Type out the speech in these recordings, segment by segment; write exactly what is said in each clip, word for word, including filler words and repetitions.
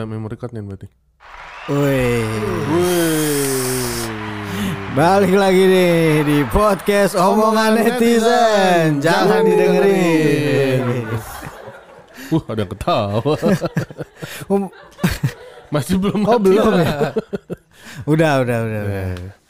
ada memory card nih berarti. Wih. Wih. Balik lagi nih di podcast Omongan Netizen. Jangan didengerin. Uh, ada yang ketawa. Um, Masih belum. oh mati belum lah. ya? Udah, udah, udah. udah.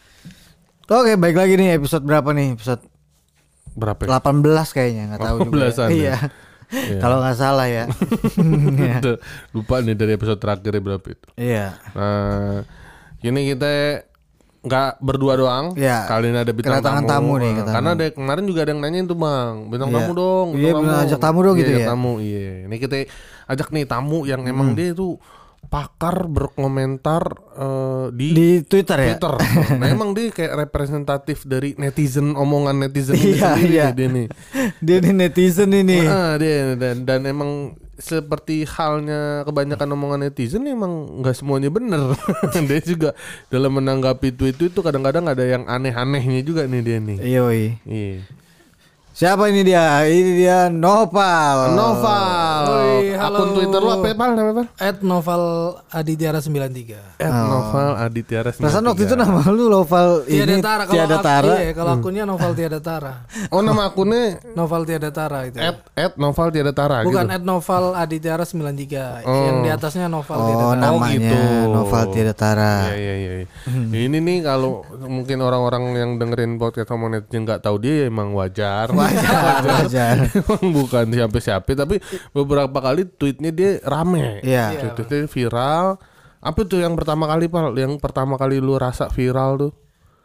Eh, Oke, baik lagi nih episode berapa nih? Episode Berapa? ya? delapan belas kayaknya, nggak tahu juga. delapan belasan ya? Iya. Iya. Kalau nggak salah ya. Iya. Udah lupa nih dari episode terakhir berapa itu. Iya. Nah, ini kita nggak berdua doang. Iya. Kali ini ada bintang Kedatangan tamu. tamu nih, Nah, kedatangan. karena ada kemarin juga ada yang nanyain tuh bang, bintang Iya. tamu dong. Iya, bener, ajak tamu dong gitu Iya, ya? ajak tamu, iya. Ini kita ajak nih tamu yang emang dia itu pakar berkomentar eh, di, Di Twitter ya. Twitter. Nah, emang dia kayak representatif dari netizen, omongan netizen ini Iya, sendiri iya. dia nih. Dia nih netizen ini. Ah, dia dan dan emang seperti halnya kebanyakan omongan netizen emang nggak semuanya bener. Dia juga dalam menanggapi tweet itu kadang-kadang ada yang aneh-anehnya juga nih dia nih. Yoi. Iya. Siapa ini dia? Ini dia Noval. Noval. Woi, halo. Akun Twitter lu apa ya, Pal? Namanya, Pal? At Noval Aditya sembilan tiga. At Noval Aditya Perasaan waktu itu nama lu Noval Tiada ini Tara kalau Tiada ak- Tara. Iya, kalau akunnya Noval Tiada Tara. Oh, nama akunnya Noval Tiada Tara itu. at at Noval Tiada Tara Bukan gitu. at Noval Aditya sembilan tiga. Oh. Yang di atasnya Noval Tiada Oh, Tara. namanya gitu. Noval Tiada Tara. Iya iya iya. Ini nih kalau mungkin orang-orang yang dengerin podcast Omongan Netizen nggak tahu dia emang wajar. Wajar. Wajar. Emang bukan siapa-siapa tapi beberapa kali tweetnya dia rame. Iya. Tweetnya viral. Apa tuh yang pertama kali Pal? Yang pertama kali lu rasa viral tuh?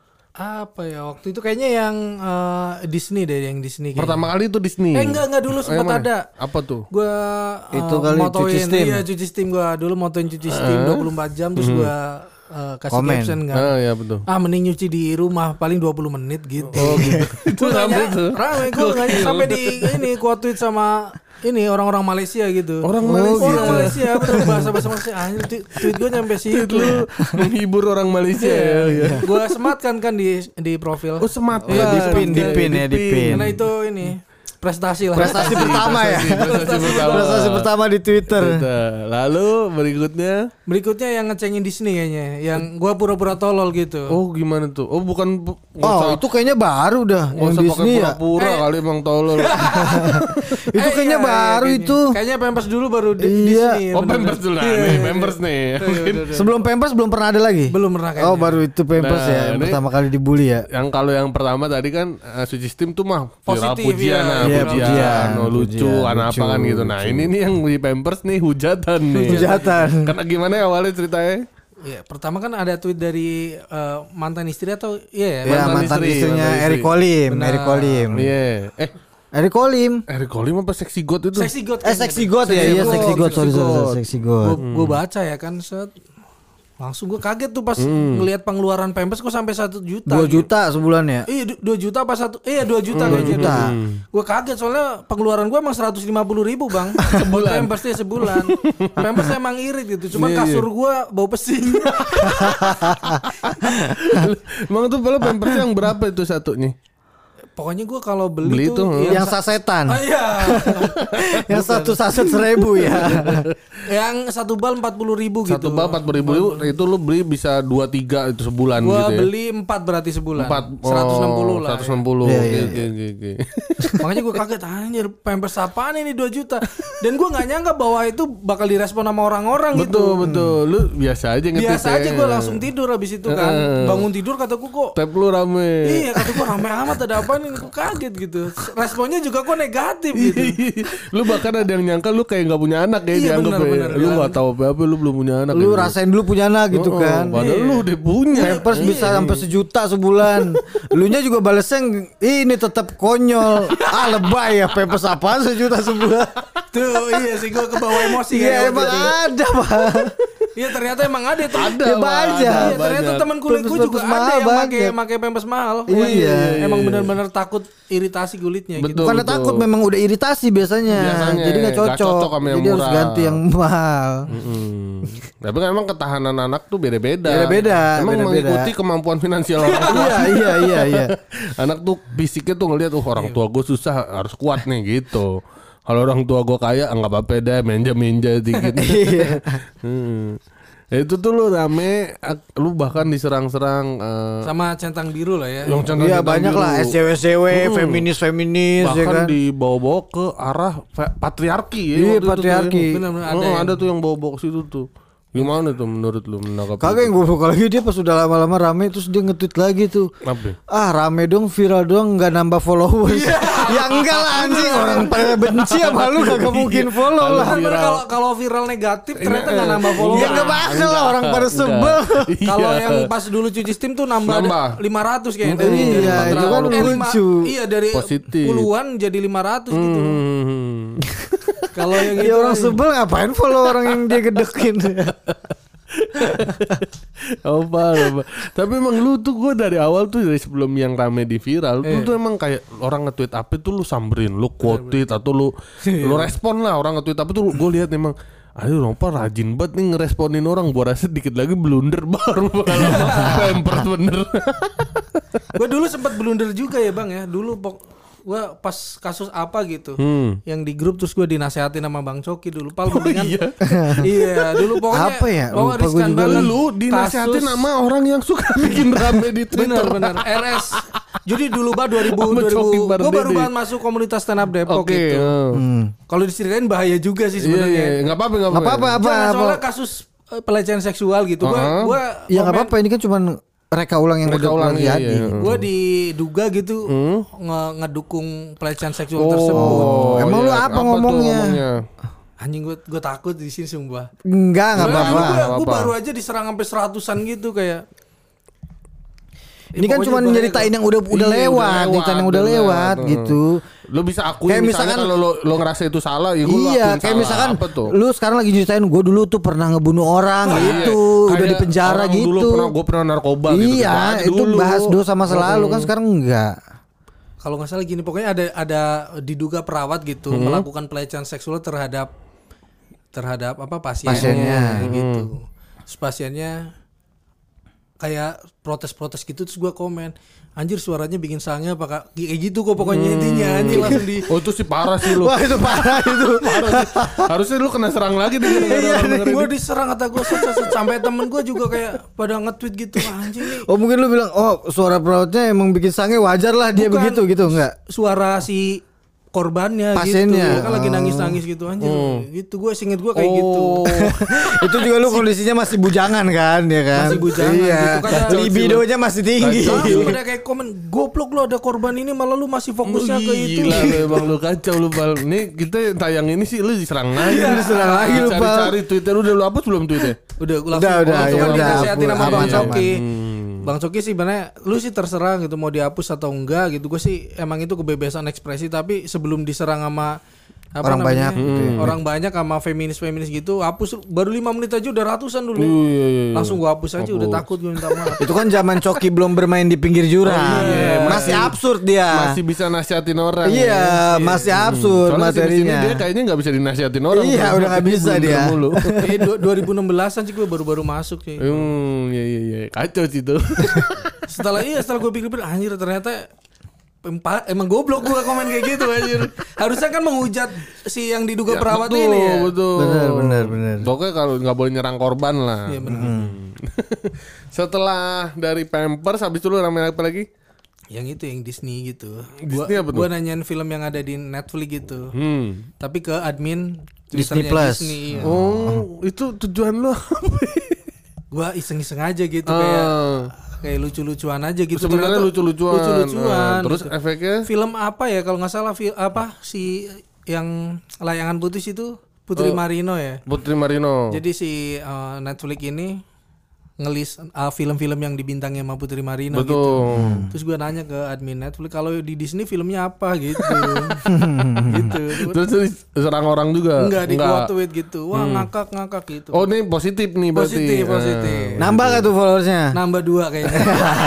Apa ya waktu itu kayaknya yang eh, Disney deh, yang Disney kayaknya. Pertama kali itu Disney. Eh enggak enggak dulu Oh, yang sempat mana? ada. Apa tuh? Gua Itu eh, kali motoin, cuci steam. Iya, cuci steam gua. Dulu motoin cuci steam dua puluh empat jam terus gua eh, kasih Komen. caption kan. Ah ya betul. Ah mending nyuci di rumah paling dua puluh menit gitu. Oh gitu. Itu Gue rame nanya, tuh. rame gue nanya sampai di ini gua tweet sama ini orang-orang Malaysia gitu. Orang Oh, Malaysia. Orang Malaysia betul bahasa bahasa Malaysia. Ah, tweet, tweet gue nyampe situ. Lu menghibur orang Malaysia ya. ya. Gue sematkan kan di di profil. Oh semat. Iya, di pin, di pin ya, di pin. Karena itu ini prestasi lah. Prestasi pertama ya. Prestasi pertama. Prestasi pertama di Twitter. Lalu berikutnya. Berikutnya yang ngecengin Disney kayaknya, yang gua pura-pura tolol gitu. Oh gimana tuh? Oh bukan. bu- nggak Oh, usah- itu kayaknya baru dah nggak yang usah pakai Disney ya. pura-pura Eh. kali emang tolol. Itu Eh, kayaknya iya, baru kayaknya. itu. Kayaknya Pampers dulu baru di Iya. Disney. Oh bener-bener. Pampers dulu nah, Iya, nih, iya, Pampers nih. Mungkin Sebelum Pampers belum pernah ada lagi. Belum pernah kayaknya. Oh, baru itu Pampers Nah, ya. Yang ini- pertama kali dibully ya. yang kalau yang pertama tadi kan uh, suci steam tuh mah viral Positif, pujian, iya. nah, Iya, pujian, pujian, oh, lucu, pujian, anak lucu, apa kan gitu. Nah lucu. ini nih yang di Pampers nih hujatan nih. Hujatan. Karena gimana ya awalnya ceritanya? Iya, pertama kan ada tweet dari eh, mantan istri atau iya ya, Ya, Mantan mantan istri, istrinya mantan istri. Eric Kolim, Benar. Eric Kolim. Iya. Eh Eric Kolim. Eric Kolim apa Sexy God itu? Sexy God. Eh, Sexy God ya, iya Sexy God, sorry, sorry, sorry, Sexy God. Gue baca ya kan set. Langsung gue kaget tuh pas Hmm. ngelihat pengeluaran Pampers kok sampai satu juta. Dua gitu. juta sebulan ya. Iya du- dua juta apa satu? Iya dua juta Dua kayaknya. juta. Gue kaget soalnya pengeluaran gue emang seratus lima puluh ribu bang sebulan. Pampersnya sebulan. Pampers emang irit gitu. Cuman Iya, iya. kasur gue bau pesing. Emang tuh kalau Pampers yang berapa itu satunya? Pokoknya gue kalau beli, Beli tuh, tuh, yang Yang sasetan. Ah, iya. Yang satu saset seribu ya. Yang satu bal empat puluh ribu gitu. Satu bal empat puluh ribu itu lu beli bisa dua tiga itu sebulan Gue gitu ya? beli empat berarti sebulan. Empat. seratus enam puluh lah. Seratus enam puluh. Iya, Oke iya, oke oke. oke. Makanya gue kaget anjir Pampers apaan ini dua juta. Dan gue gak nyangka bahwa itu bakal direspon sama orang-orang gitu. Betul betul. Lu biasa aja ngetik. Biasa aja gue langsung tidur habis itu kan. Bangun tidur kataku kok Tab lu rame. iya kata gue rame amat ada apaan ini. Gue kaget gitu. Responnya juga kok negatif gitu. Lu bahkan ada yang nyangka lu kayak nggak punya anak ya Iya, dianggap benar, ya. benar, Lu kan. nggak tahu apa-apa lu belum punya anak. Lu ya. rasain dulu punya anak gitu Oh, kan. Padahal lu udah punya. Pampers bisa sampai sejuta sebulan. Lunya juga balesnya ini tetap konyol. Ah lebay ya Pampers apaan sejuta sebulan. Tuh iya sih gue kebawa emosi kan Iya waktu emang itu. ada pak. Iya ternyata emang ada tuh. Ada, Ya, Pak, banyak. Iya ada, ternyata banyak. teman kulit gue juga Pampers ada mahal yang pakai banyak. pakai Pampers mahal. Iya, Wah, emang iya. benar-benar takut iritasi kulitnya Betul. gitu. Bukannya betul. takut memang udah iritasi biasanya. Biasanya, Jadi nggak nggak cocok. cocok sama yang Jadi harus murah. ganti yang mahal. Mm. Tapi kan emang ketahanan anak tuh beda-beda. Beda-beda, Emang beda-beda. mengikuti kemampuan finansial orang tua. Iya iya iya iya. Anak tuh fisiknya tuh ngelihat, oh orang tua gue susah harus kuat nih gitu. Kalau orang tua gue kaya nggak apa-apa deh menja-menja dikit. hmm. Itu tuh lu rame, lu bahkan diserang-serang uh, sama centang biru lah ya. Iya banyak biru. Lah S C W S C W, hmm. feminis-feminis bahkan ya kan. dibawa-bawa ke arah patriarki ya. Iya patriarki. Tuh, ya. Bener-bener ada, oh, ada tuh yang bawa-bawa ke situ tuh. Gimana tuh menurut lu menanggapi? Kagak yang gue buka lagi dia pas udah lama-lama rame terus dia nge-tweet lagi tuh. Apa? Ah rame dong viral dong nggak nambah followers. Ya enggak lah anjing orang pada benci sama lu kagak mungkin follow lah. Kalau kalau viral negatif ternyata nggak nambah followers. Ya enggak bakal lah orang pada sebel. Kalau yang pas dulu cuci steam tuh nambah, nambah. lima ratus kayaknya dari iya, itu kan eh, lucu. Iya dari positif. Puluhan jadi lima ratus hmm. gitu. Kalau yang ya orang sebel ngapain follow orang yang dia gedekin. apa, apa. Tapi emang lu tuh gue dari awal tuh dari sebelum yang rame di viral eh. lu tuh emang kayak orang nge-tweet apa tuh lu samberin, lu quote it atau lu lu respon lah orang nge-tweet apa tuh gue lihat emang aduh Rompa rajin banget nih ngeresponin orang. Gua rasa dikit lagi blunder baru pempers bener. Gue dulu sempat blunder juga ya bang ya. Dulu pok gue pas kasus apa gitu hmm. yang di grup terus gue dinasehatin sama Bang Coki dulu pal oh, iya. iya dulu pokoknya apa ya oh, riskan banget lu dinasehatin kasus... sama orang yang suka bikin rame di Twitter. Bener bener R S jadi dulu bah dua ribu dua ribu gue baru banget masuk komunitas stand up Depok okay, gitu hmm. kalau diceritain bahaya juga sih sebenarnya. Iya, iya. Nggak apa-apa nggak apa-apa apa, apa, soalnya kasus pelecehan seksual gitu uh-huh. gue ya nggak apa-apa ini kan cuman reka ulang yang reka ulang iya, iya. Gue diduga gitu hmm? nge- ngedukung pelecehan seksual oh, tersebut. Emang iya. lu apa, apa ngomongnya? ngomongnya? Anjing gue gue takut di sini sumpah. Enggak enggak apa-apa. Gue baru aja diserang sampai seratusan gitu kayak. Ini kan cuma nyeritain yang udah udah iya, lewat, nyeritain yang udah lewat uh. gitu. Lu bisa akui kayak misalkan kalau lo, lo ngerasa itu salah ya gue iya, kayak salah. Misalkan apa tuh? Lu sekarang lagi ceritain gue dulu tuh pernah ngebunuh orang nah, gitu, iya. udah di penjara gitu. Dulu pernah gue pernah narkoba iya, gitu. Iya, itu dulu. Bahas dosa masa hmm. lalu kan sekarang enggak. Kalau nggak salah gini pokoknya ada ada diduga perawat gitu hmm. melakukan pelecehan seksual terhadap terhadap apa pasiennya, pasiennya. gitu. Hmm. Terus pasiennya kayak protes-protes gitu terus gue komen anjir suaranya bikin sange apa kayak gitu kok pokoknya hmm. intinya anjir langsung di oh itu sih parah sih lu. Wah itu parah itu parah sih. Harusnya lu kena serang lagi deh. Iya, gue diserang kata gue sampai temen gue juga kayak pada nge-tweet gitu anjing nih. Oh mungkin lu bilang oh suara perawatnya emang bikin sange wajar lah dia bukan, begitu gitu enggak suara si korbannya pasiennya gitu kan lagi nangis-nangis gitu anjir hmm. gitu gue singkat gue kayak oh. gitu itu juga lu kondisinya masih bujangan kan ya kan masih bujangan iya. gitu kan libidonya masih tinggi ada kayak komen goblok lu ada korban ini malah lu masih fokusnya ke itu gila lu emang lu kacau lu Pal nih kita tayang ini sih lu diserang lagi iya, diserang lagi lu Pal cari Twitter udah lu hapus belum Twitter udah udah udah udah ya udah dinasehatin sama Bang Coki Hmm. Bang Coki sih bener lu sih terserah gitu mau dihapus atau enggak gitu gue sih emang itu kebebasan ekspresi tapi sebelum diserang sama apa orang namanya, banyak hmm. orang banyak sama feminis-feminis gitu hapus baru lima menit aja udah ratusan dulu uh, iya, iya. langsung gua hapus aja hapus. Udah takut gue minta maaf itu kan zaman Coki belum bermain di pinggir jurang oh, iya. masih, masih absurd dia masih bisa nasihatin orang iya ya. masih absurd hmm. materinya dia kayaknya nggak bisa dinasihatin orang iya kan? Udah nggak bisa dia eh, dua ribu enam belas sih gue baru-baru masuk sih hmm, iya iya iya kacau sih itu setelah iya setelah gue pikir-pikir anjir ternyata Empat, emang goblok gue komen kayak gitu anjir. Harusnya kan menghujat si yang diduga ya, perawat betul, ini ya. Betul, benar, benar, benar. Pokoknya kalau nggak boleh nyerang korban lah. Iya benar. Hmm. Setelah dari Pampers, habis itu lu rame apa lagi? Yang itu yang Disney gitu. Disney gua, apa tuh? Gua nanyain film yang ada di Netflix gitu. Hmm. Tapi ke admin Disney Plus. Disney, ya. Oh, itu tujuan lo? Gua iseng-iseng aja gitu uh. kayak. Kayak lucu-lucuan aja gitu. Sebenarnya lucu-lucuan. Lucu-lucuan. Nah, terus gitu. Efeknya? Film apa ya kalau nggak salah film apa si yang layangan putus itu Putri oh, Marino ya. Putri Marino. Jadi si uh, Netflix ini ngelis uh, film-film yang dibintangi sama Putri Marino. Betul. Gitu. Terus gue nanya ke admin Netflix kalau di Disney filmnya apa gitu. gitu. Terus serang orang juga. Enggak di quote tweet gitu. Wah, hmm. ngakak-ngakak gitu. Oh, ini positif nih berarti. Positif, positif. Uh. Nambah gak tuh followersnya? Nambah dua kayaknya.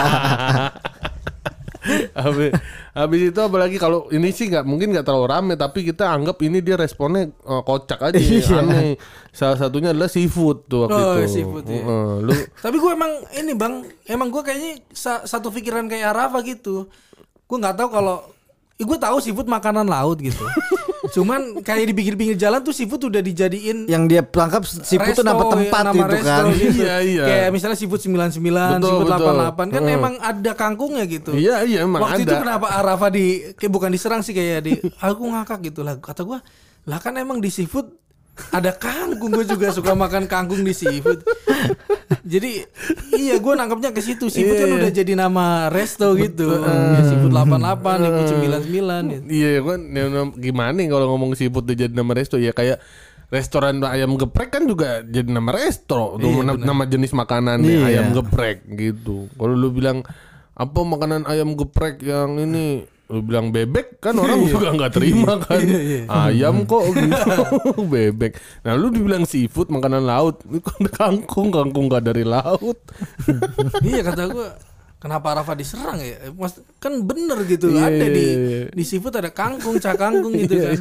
habis, habis itu apalagi kalau ini sih nggak mungkin nggak terlalu rame tapi kita anggap ini dia responnya uh, kocak aja aneh. Salah satunya adalah seafood tuh waktu oh, itu. Seafood, ya. uh, lu... Tapi gue emang ini bang, emang gue kayaknya sa- satu pikiran kayak Rafa gitu. Gue nggak tahu kalau, ya gue tahu seafood makanan laut gitu. Cuman kayak di pinggir-pinggir jalan tuh seafood udah dijadiin Yang dia tangkap seafood tuh dapat tempat nama gitu resto kan. gitu. Iya, iya. Kayak misalnya seafood sembilan puluh sembilan, Betul, seafood betul. delapan puluh delapan kan Hmm. emang ada kangkungnya gitu. Iya iya emang Waktu ada. itu kenapa Arafa di kayak bukan diserang sih kayak di aku ngakak gitu lah. Kata gua, "Lah kan emang di seafood ada kangkung, gue juga suka makan kangkung di seafood." Jadi iya gue nangkapnya ke situ. Seafood Iya, kan iya. udah jadi nama resto gitu. Ya, seafood delapan puluh delapan, seafood sembilan puluh sembilan gitu. Iya kan ya, gimana nih kalau ngomong seafood tuh jadi nama resto ya kayak restoran ayam geprek kan juga jadi nama resto tuh, Iya, nama, benar. nama jenis makanan Iya. ayam geprek gitu. Kalau lu bilang apa makanan ayam geprek yang ini lu bilang bebek kan orang juga nggak terima kan. Ayam kok gitu bebek. Nah lu dibilang seafood makanan laut itu kan kangkung kangkung gak dari laut. Iya kata gue, kenapa Rafa diserang ya? Mas, kan bener gitu. Iya, Ada iya, di iya. di seafood ada kangkung, cak kangkung gitu kan.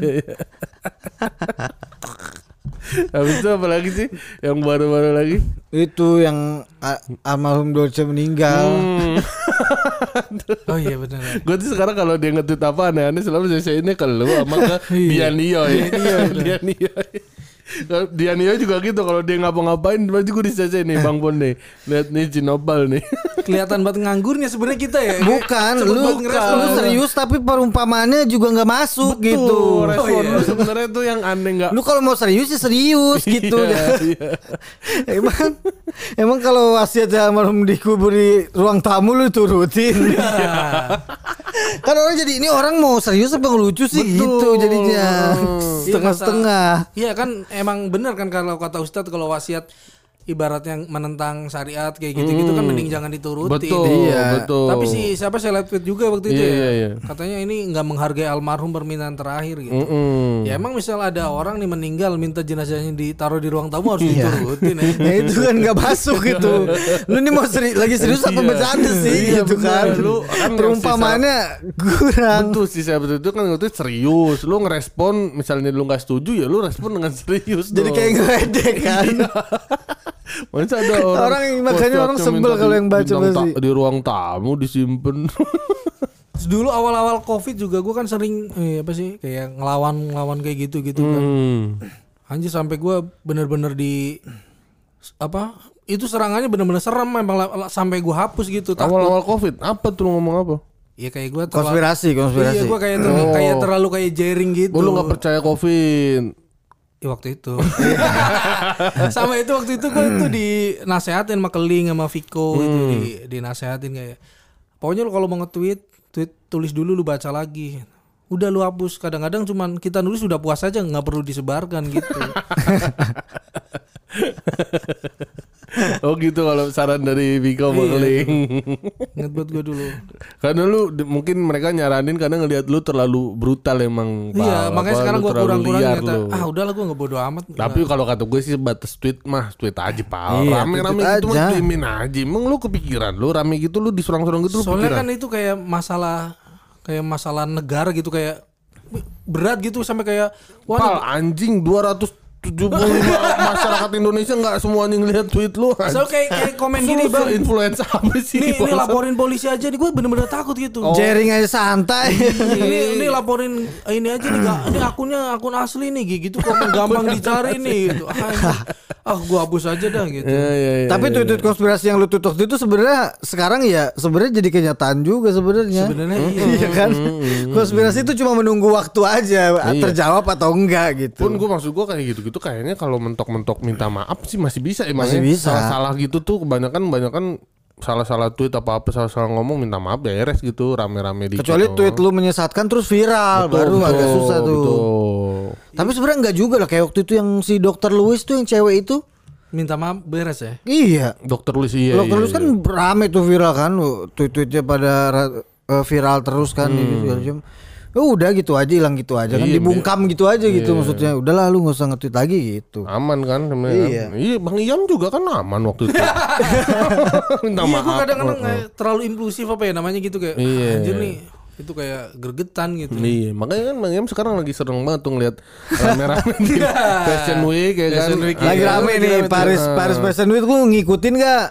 Habis itu apa lagi sih yang baru-baru lagi? Itu yang a- almarhum Dorce meninggal. Hmm. Oh iya benar. Gue tuh sekarang kalau dia nge-tweet apa aneh-aneh selalu saya ini ke lu sama ke Dian Nioy. Dian Nioy. Kalau Dian Nioy juga gitu kalau dia ngapa-ngapain pasti gue disese nih Bang Pon nih. Lihat nih Cinobal nih. Kelihatan banget nganggurnya sebenarnya kita ya. Bukan, Cepet lu, banget ngerespon. lu serius tapi perumpamaannya juga nggak masuk gitu. Respon Oh, iya. lu sebenarnya tuh yang aneh nggak. Lu kalau mau serius ya serius gitu. Iya, iya. emang emang kalau wasiatnya almarhum dikubur di ruang tamu lu turutin. Kan orang jadi ini orang mau serius apa ngelucu sih Betul. gitu jadinya. Setengah-setengah. Iya kan emang bener kan kalau kata Ustadz kalau wasiat ibaratnya menentang syariat kayak gitu-gitu kan mending jangan diturutin. Betul, Iya. betul. Tapi si siapa saya lihat tweet juga waktu itu Iya, ya. iya, iya. Katanya ini nggak menghargai almarhum permintaan terakhir gitu. Mm-mm. Ya emang misal ada orang nih meninggal minta jenazahnya ditaruh di ruang tamu harus diturutin ya. Ya itu kan nggak masuk gitu. Lu ini mau seri, lagi serius apa Iya. bercanda sih Iya, gitu kan. bener. Lu kan Perumpamaannya kurang. Betul sih saya betul itu kan itu serius. Lu ngerespon misalnya lu nggak setuju ya lu respon dengan serius. Jadi dong. kayak ngeledek kan. Masa ada orang, Orang yang- makanya orang wasiatnya sebel minta kalau di- yang baca bintang pasti. ta- di ruang tamu disimpan. Terus dulu awal-awal Covid juga gue kan sering eh, apa sih kayak ngelawan ngelawan kayak gitu gitu kan. Hmm. Anjir sampai gue bener-bener di apa itu serangannya bener-bener serem memang la- la- sampai gue hapus gitu takut. Awal-awal Covid apa tuh lu ngomong apa? Iya kayak gue Konspirasi, konspirasi. Iya gue kayak ter- Oh. kayak terlalu kayak jaring gitu. Oh, lu nggak percaya Covid? Ya, waktu itu. Sama itu waktu itu gue tuh dinasehatin sama Keling sama Viko itu di dinasehatin kayak pokoknya lu kalau mau nge-tweet tweet tulis dulu lu baca lagi. Udah lu hapus. Kadang-kadang cuman kita nulis udah puas aja nggak perlu disebarkan gitu. Oh gitu kalau saran dari Viko sama Iya. Keling. Ingat buat gue dulu. Karena lu di- mungkin mereka nyaranin karena ngelihat lu terlalu brutal emang. Iya, Pak. makanya Apa, sekarang lu gue terlalu kurang-kurang liar kata, lu. ah udahlah gue nggak bodo amat. Tapi kalau kata gue sih batas tweet mah tweet aja pal. Iya, Rame-rame tweet gitu mah aja. tweetin aja. Emang lu kepikiran lu rame gitu lu diserang-serang gitu lu soalnya pikiran. kan itu kayak masalah kayak masalah negara gitu kayak berat gitu sampai kayak wah Pal anjing dua ratus tujuh puluh lima masyarakat Indonesia nggak semuanya ngelihat tweet lu. so kayak kayak komen gini bang, influencer apa sih? ini, ini bangsa? laporin polisi aja nih gue bener-bener takut gitu. Jaring aja santai. ini ini laporin ini aja nih gak, ini akunnya akun asli nih gitu kok gampang dicari nih gitu. Ah, ah gue hapus aja dah gitu. Iya, iya, iya, Tapi iya. tweet-tweet konspirasi yang lu tutup itu sebenarnya sekarang ya sebenarnya jadi kenyataan juga sebenarnya. Sebenarnya iya. Iya kan? Konspirasi itu cuma menunggu waktu aja Iya. terjawab atau enggak gitu. Pun gue maksud gue kayak gitu-gitu kayaknya kalau mentok-mentok minta maaf sih masih bisa emang Masih ya. bisa. Salah-salah gitu tuh kebanyakan kebanyakan salah-salah tweet apa-apa salah-salah ngomong minta maaf beres gitu rame-rame dikit. Kecuali doang. tweet lu menyesatkan terus viral Betul, baru agak betul, susah tuh. betul. Tapi sebenarnya enggak juga lah kayak waktu itu yang si dokter Louis tuh yang cewek itu. Minta maaf beres ya. Iya. Dokter Luis iya. Dokter iya, Louis kan iya. rame tuh viral kan, tweet-tweetnya pada ra- eh, viral terus kan gitu segala macam. Ya udah gitu aja hilang gitu aja kan Iya, dibungkam gitu aja gitu iya. maksudnya. Udahlah lu nggak usah nge-tweet lagi gitu. Aman kan sebenarnya. Iya. Kan? Iya, Bang Iam juga kan aman waktu itu. Minta Iya maaf. gue kadang-kadang kayak terlalu impulsif apa ya namanya gitu kayak Iya. ah, anjir nih itu kayak gergetan gitu. Iya, makanya kan Bang Iam sekarang lagi seneng banget tuh ngeliat rame-rame di Fashion Week ya kan. Fashion Week, Lagi Iya, rame lagi nih rame tuh. Paris Ah. Paris Fashion Week lu ngikutin gak?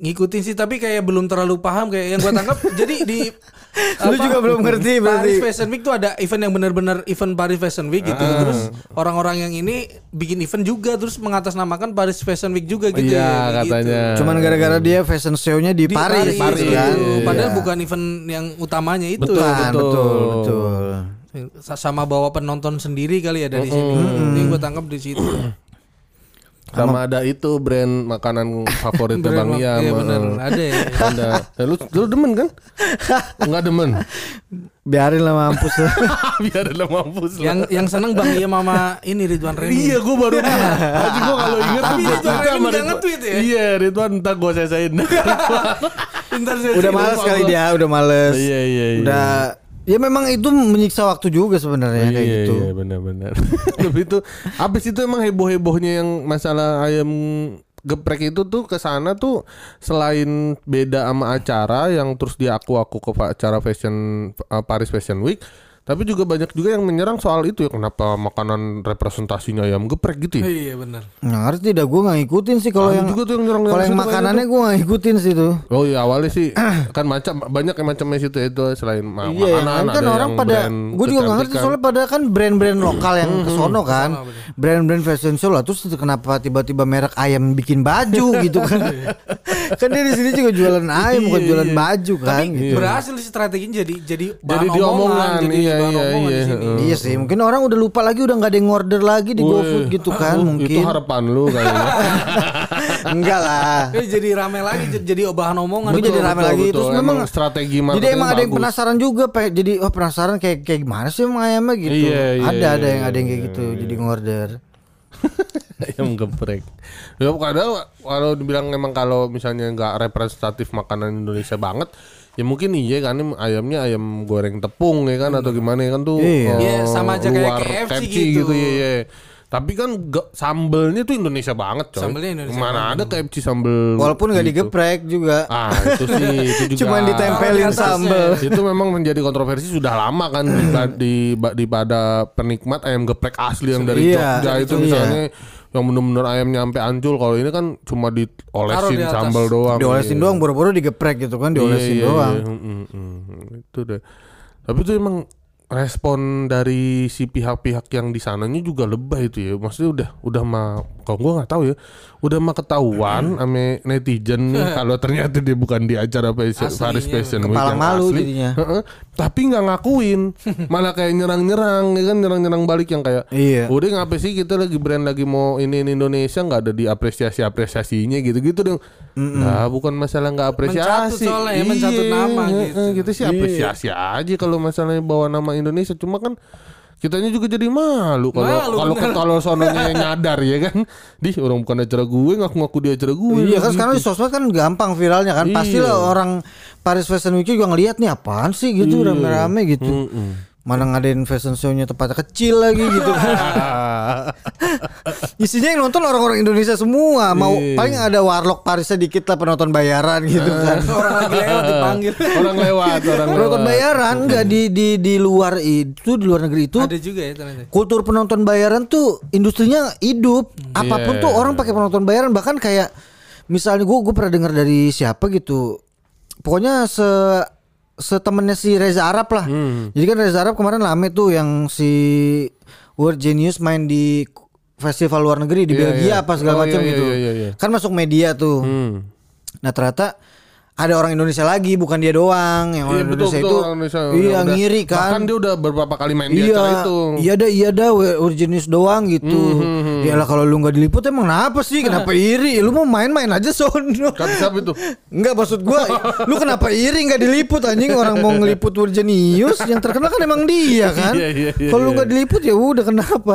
ngikutin sih tapi kayak belum terlalu paham kayak yang gua tangkap. Jadi di Lu juga belum ngerti berarti. Paris Fashion Week tuh ada event yang benar-benar event Paris Fashion Week gitu. Ah. Terus orang-orang yang ini bikin event juga terus mengatasnamakan Paris Fashion Week juga gitu Iya, ya. katanya. Gitu. Cuman gara-gara dia fashion show-nya di, Di Paris, Paris, Paris gitu. kan. Padahal Iya. bukan event yang utamanya itu. Betul, Bukan, betul. betul, betul. Sama bawa penonton sendiri kali ya dari sini. Ini gue tangkap di situ. Sama ada itu brand makanan favorit Bang Iam. Iya benar, eh. ada ya. Ada. Ya, lu, lu demen kan? Enggak demen. Biarin lah mampus lah. Biar ada mampus lah. Yang yang seneng Bang Iam sama ini Ridwan Remi. Iya, gue baru Haji gue kalau inget Tapi tuh Ridwan gua Remi sama nggak Ridwan. nge-tweet ya? Iya, Ridwan entar gue sesain. Bentar saya Udah sih, males lupa kali gua. dia, udah males. Iya, iya, iya. Udah ya memang itu menyiksa waktu juga sebenarnya kayak iya, gitu. Iya, benar-benar. Lebih itu habis itu emang heboh-hebohnya yang masalah ayam geprek itu tuh ke sana tuh selain beda sama acara yang terus dia aku-aku ke acara fashion uh, Paris Fashion Week, tapi juga banyak juga yang menyerang soal itu ya, kenapa makanan representasinya ayam geprek gitu ya. Iya benar. Nggak ngerti dah, gue nggak ngikutin sih kalau Ada yang juga tuh yang nyerang kalau yang makanannya gue nggak ngikutin sih tuh. Oh iya, awalnya sih kan macam banyak yang macamnya situ itu selain ma- Iya, makanan kan ada orang yang pada, brand gue juga nggak ngerti kecantikan. soalnya pada kan brand-brand lokal yang kesono kan, Kesono, bener. brand-brand fashion show lah. Terus kenapa tiba-tiba merek ayam bikin baju gitu kan? Kan dia di sini juga jualan ayam bukan Iya, jualan iya. baju kan? Tapi gitu. berhasil sih strateginya jadi jadi Jadi bahan diomongan, omongan, jadi iya, bahan iya, omongan iya. di sini. Heeh. Iya sih, mungkin orang udah lupa lagi, udah nggak ada yang order lagi di Wih, GoFood gitu kan? uh, Mungkin Itu harapan lu kayaknya. enggak lah. Eh, jadi rame lagi jadi, jadi bahan omongan. Mungkin jadi Betul, rame betul, lagi. betul. Terus Emang memang strategi jadi marketingnya emang ada yang bagus. penasaran juga, Pak. Jadi oh penasaran kayak kayak gimana sih emang ayamnya gitu. Iya, iya, ada ada iya, yang ada yang kayak iya, gitu. iya. Jadi ngorder. Ayam geprek. Ya kadang kalau dibilang memang kalau misalnya nggak representatif makanan Indonesia banget, ya mungkin iya kan ini ayamnya ayam goreng tepung ya kan atau gimana ya kan tuh Iya. eh, Iya, sama aja kayak luar K F C gitu. gitu ya. ya. Tapi kan gak, sambelnya tuh Indonesia banget coy. Sambelnya Indonesia Mana ada K F C sambel Walaupun nggak gitu. digeprek juga. Ah itu sih itu juga. Cuman ditempelin Taruh di atasnya. sambel. Itu memang menjadi kontroversi sudah lama kan di, di, di pada penikmat ayam geprek asli yang dari Iya, Jogja itu itu misalnya yang bener-bener ayamnya sampai hancur. Kalau ini kan cuma Taruh diolesin di atas. sambal doang. Diolesin Iya. doang, boro-boro digeprek gitu kan, diolesin Iya, iya, doang. iya. Mm, mm, mm. Itu deh. Tapi itu emang respon dari si pihak-pihak yang di sananya juga lebay itu ya. Maksudnya udah udah mah kalau gua nggak tahu ya. Udah mah ketahuan ame netizen nih kalau ternyata dia bukan di acara Paris Aslinya, Paris Fashion Week kepala yang malu asli. jadinya. Heeh. Tapi nggak ngakuin. Malah kayak nyerang-nyerang ya kan, nyerang-nyerang balik yang kayak Iya. udah ngapa sih kita lagi brand lagi mau ini Indonesia nggak ada diapresiasi-apresiasinya gitu-gitu dong. Nah, bukan masalah nggak apresiasi. Mencatut soalnya ya, mencatut nama heeh, gitu. Gitu sih apresiasi aja kalau masalahnya bawa nama Indonesia. Cuma kan kitanya juga jadi malu kalau Malu, kalau bener. kalau sononya nyadar ya kan. Di orang bukan acara gue ngaku-ngaku di acara gue. Iya kan gitu. sekarang di sosmed kan gampang viralnya kan. Iya. Pastilah orang Paris Fashion Week juga ngelihat nih apaan sih gitu, Iya. rame-rame gitu. Mm-mm. Mana ngadain fashion show-nya tempatnya kecil lagi gitu kan. Isinya yang nonton orang-orang Indonesia semua. Mau Iya. paling ada warlock Parisnya dikit lah, penonton bayaran gitu kan. Orang lagi lewat dipanggil. Orang lewat, orang lewat. Penonton bayaran enggak di di di luar itu, di luar negeri itu Ada juga ya ternyata. kultur penonton bayaran tuh industrinya hidup. Apapun Iya. tuh orang pakai penonton bayaran, bahkan kayak misalnya gue gue pernah dengar dari siapa gitu. Pokoknya se setemennya si Reza Arab lah. Hmm. Jadi kan Reza Arab kemarin rame tuh yang si World Genius main di festival luar negeri di Iya, Belgia iya. apa segala Oh, macam iya, gitu. iya, iya, iya. Kan masuk media tuh. Hmm. Nah ternyata ada orang Indonesia lagi, bukan dia doang. Yang orang Iya, betul, Indonesia betul, itu orang Indonesia. iya Udah- ngiri kan. Bahkan dia udah beberapa kali main di Iya, acara itu. iya dah, iya dah, Urgenius doang gitu. Hmm, Iyalah kalau lu nggak diliput emang kenapa sih? Kenapa iri? Lu mau main-main aja sono. Kan siapa itu? Enggak, maksud gua, lu kenapa iri nggak diliput anjing? Orang mau ngeliput Urgenius, yang terkenal kan emang dia kan. Iya, iya, iya, Kalau lu iya. nggak diliput ya udah, kenapa?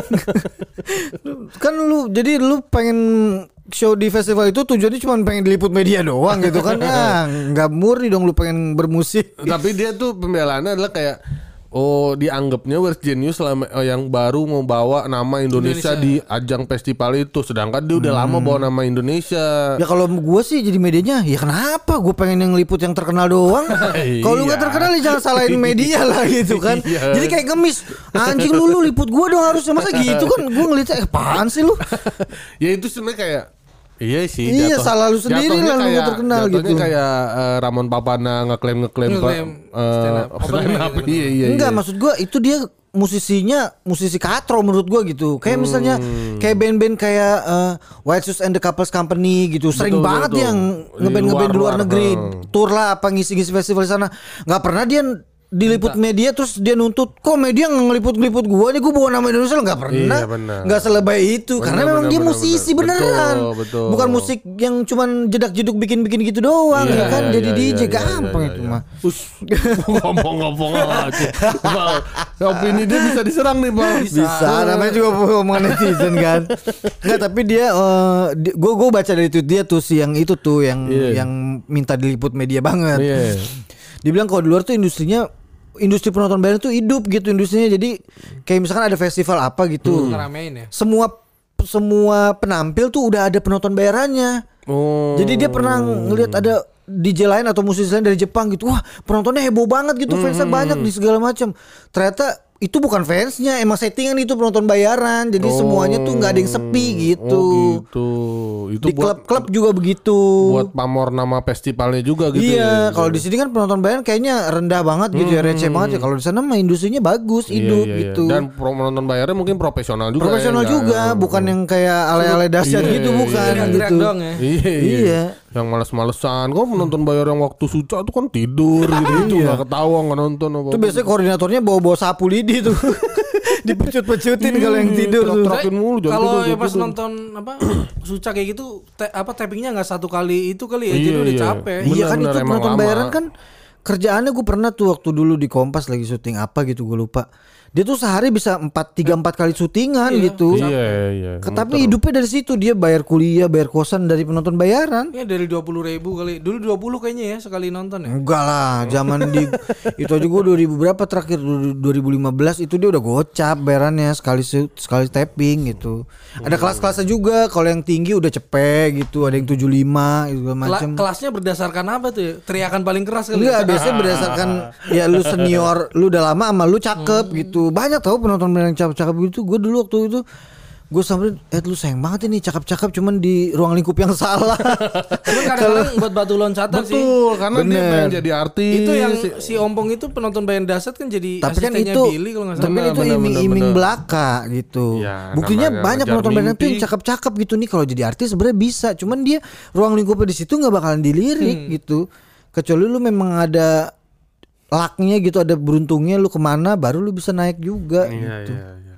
Kan lu jadi lu pengen show di festival itu tujuannya cuma pengen diliput media doang gitu kan. Ya, nggak murni dong lu pengen bermusik. Tapi dia tuh pembelaannya adalah kayak oh dianggapnya World Genius selama, eh, yang baru mau bawa nama Indonesia, Indonesia. di ajang festival itu, sedangkan dia udah lama bawa nama Indonesia. Ya kalau gue sih jadi medianya, ya kenapa gue pengen yang liput yang terkenal doang. Kalau lu nggak Iya. terkenal ya jangan salahin media lah gitu kan. Iya. Jadi kayak gemis, anjing lu lu liput gue dong harusnya, masa gitu kan. Gue ngeliatnya eh, apaan sih lu. Ya itu sebenarnya kayak Iya sih. Iya, salah lu sendiri lah lu gak terkenal gitu. Kayak uh, Ramon Papana ngeklaim ngeklaim Ngeklaim uh, stand up. Iya iya. Enggak, iya. maksud gua itu dia musisinya musisi katro menurut gua gitu. Kayak hmm. misalnya kayak band-band kayak uh, White Shoes and the Couples Company gitu. Sering betul, banget betul. Yang ngeband ngeband di luar, luar negeri, hmm. tour lah apa ngisi-ngisi festival di sana. Enggak pernah dia diliput Entah. media terus dia nuntut kok media ngeliput-ngeliput gua nih, gua bawa nama Indonesia nggak pernah, iya, nggak selebay itu bener, karena bener, memang bener, dia musisi bener. beneran, betul, betul. bukan musik yang cuman jedak-jeduk bikin-bikin gitu doang, iya, ya kan iya, jadi iya, D J iya, gampang iya, itu iya. mah. Us, ngomong-ngomong aja, Bang, opini dia bisa diserang nih bang. Bisa, bisa. Namanya juga omongan netizen kan. Nggak, tapi dia, uh, di, gua gua baca dari tweet dia tuh si yang itu tuh yang yeah. yang minta diliput media banget. Yeah. Dibilang kalau di luar tuh industrinya industri penonton bayaran tuh hidup gitu industrinya. Jadi kayak misalkan ada festival apa gitu, ngeramein ya. Semua semua penampil tuh udah ada penonton bayarannya. Oh. Jadi dia pernah ngelihat ada D J lain atau musisi lain dari Jepang gitu. Wah, penontonnya heboh banget gitu, fansnya hmm. banyak di segala macam. Ternyata itu bukan fansnya, emang settingan itu penonton bayaran. Jadi oh. semuanya tuh nggak ada yang sepi gitu. Oh gitu. Itu di klub-klub juga begitu. Buat pamor nama festivalnya juga gitu. Iya, ya, kalau di sini kan penonton bayaran kayaknya rendah banget gitu hmm. ya, receh banget ya. Kalau di sana mah industrinya bagus, hidup iya, iya, gitu. Iya. Dan penonton bayaran mungkin profesional juga. Profesional ya, juga, enggak, bukan yang kayak ale-ale dahsyat iya, gitu, bukan iya, gitu. Doang ya. Iya, iya. iya. Yang males-malesan, kok penonton bayar yang waktu suca tuh kan tidur gitu, nggak ketawa nggak nonton apa. Itu biasanya koordinatornya bawa-bawa sapu lidi tuh. Dipecut-pecutin hmm, kalau yang tidur tuh. Kalau ya pas nonton apa suca kayak gitu te, apa tappingnya nggak satu kali itu kali ya, iya, jadi udah iya. capek. Iya kan itu penonton bayaran kan kerjaannya. Gue pernah tuh waktu dulu di Kompas lagi syuting apa gitu gue lupa. Dia tuh sehari bisa empat tiga empat kali syutingan iya, gitu. Iya iya. Tapi hidupnya dari situ, dia bayar kuliah, bayar kosan dari penonton bayaran. Ya dari dua puluh ribu kali. Dulu dua puluh kayaknya ya sekali nonton ya. Enggak lah, zaman di itu aja gue dua ribu berapa terakhir dua ribu lima belas itu dia udah gocap bayarannya sekali sekali tapping gitu. Ada kelas-kelasnya juga, kalau yang tinggi udah cepet gitu, ada yang tujuh puluh lima gitu macam. Kelasnya berdasarkan apa tuh ya? Teriakan paling keras kali. Enggak, biasanya berdasarkan ya lu senior, lu udah lama sama lu cakep hmm. gitu. Banyak tau penonton yang cakep-cakep gitu. Gue dulu waktu itu gue samperin, eh lu sayang banget ini cakep-cakep cuman di ruang lingkup yang salah. Cuman kadang-kadang buat batu loncatan sih. Betul, karena bener. Dia pengen jadi artis. Itu yang si, si Ompong itu penonton bayaran dasar kan jadi tapi kan itu, Billy kalau nggak salah. tapi itu iming-iming belaka gitu. Ya, buktinya banyak penonton bayaran tuh yang cakep-cakep gitu nih, kalau jadi artis sebenarnya bisa. Cuman dia ruang lingkupnya di situ nggak bakalan dilirik hmm. gitu. Kecuali lu memang ada lucknya gitu, ada beruntungnya lu kemana baru lu bisa naik juga iya, gitu. Iya, iya.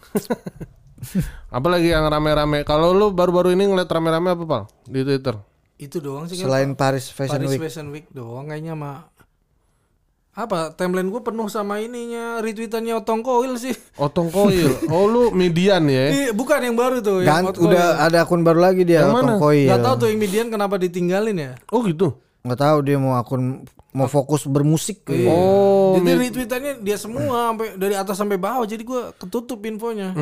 Apalagi yang rame-rame. Kalau lu baru-baru ini ngeliat rame-rame apa Pal di Twitter? Itu doang sih. Selain kan, Paris Fashion Paris Week. Paris Fashion Week doang kayaknya mah. Apa timeline gue penuh sama ininya retweetannya Otong Koil sih. Otong Koil. Oh lu Median ya? Iya, bukan yang baru tuh. Yang yang udah ada akun baru lagi dia yang Otong Koil. Gak tahu tuh yang Median kenapa ditinggalin ya? Oh gitu. Nggak tahu dia mau akun mau fokus bermusik. Iya. Oh, jadi retweetannya dia semua sampai dari atas sampai bawah, jadi gue ketutup infonya.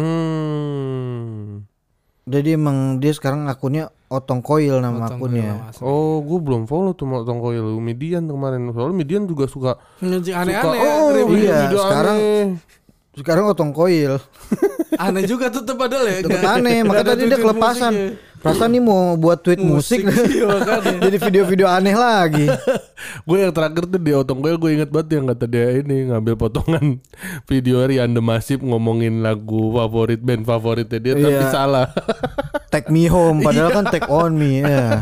Hmm. Jadi emang dia sekarang akunnya Otong Koil nama Otong akunnya. Koil, oh, gue belum follow tuh Otong Koil. Median kemarin, soalnya Median juga suka aneh-aneh. Oh iya, sekarang aneh. Sekarang Otong Koil. Aneh juga tuh padahal ya. Tetep aneh, makanya tadi dia kelepasan. Perasaan nih mau buat tweet musik, musik iya, jadi video-video aneh lagi. Gue yang terakhir tuh di Otong Koil, gue inget banget yang kata dia ini ngambil potongan video Rian The Massive ngomongin lagu favorit band favoritnya dia, tapi iya. salah. Take Me Home, padahal kan Take On Me ya.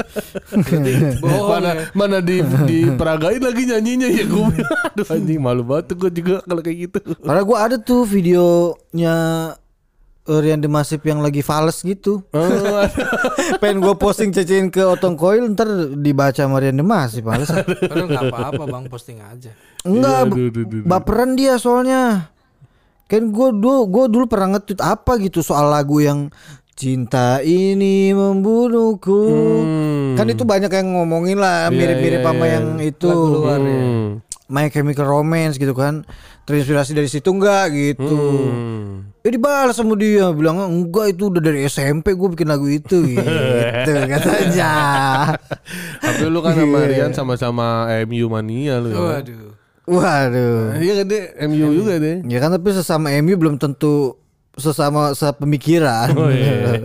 mana mana di di peragain lagi nyanyinya ya gue. Aduh anjing, malu banget gue juga kalau kayak gitu. Karena gue ada tuh videonya Rian The Massive yang lagi fals gitu. Oh, pengen gue posting cecein ke Otong Koil, ntar dibaca sama Rian The Massive fals. Padahal gak apa-apa bang, posting aja. Enggak, ya, baperan dia soalnya. Kan gue dulu gue dulu pernah nge-tweet apa gitu soal lagu yang cinta ini membunuhku. Hmm. Kan itu banyak yang ngomongin lah, mirip-mirip yeah, yeah, sama yeah. yang itu. Luar, hmm. ya. My Chemical Romance gitu kan, terinspirasi dari situ enggak gitu. Hmm. Ya dibalas sama dia, bilang enggak itu udah dari S M P gue bikin lagu itu gitu katanya. Tapi lu kan sama Rian sama-sama M U mania lu ya. Waduh. Waduh. Iya kan deh M U juga deh. Ya kan tapi sesama M U belum tentu sesama sepemikiran. Oh, iya.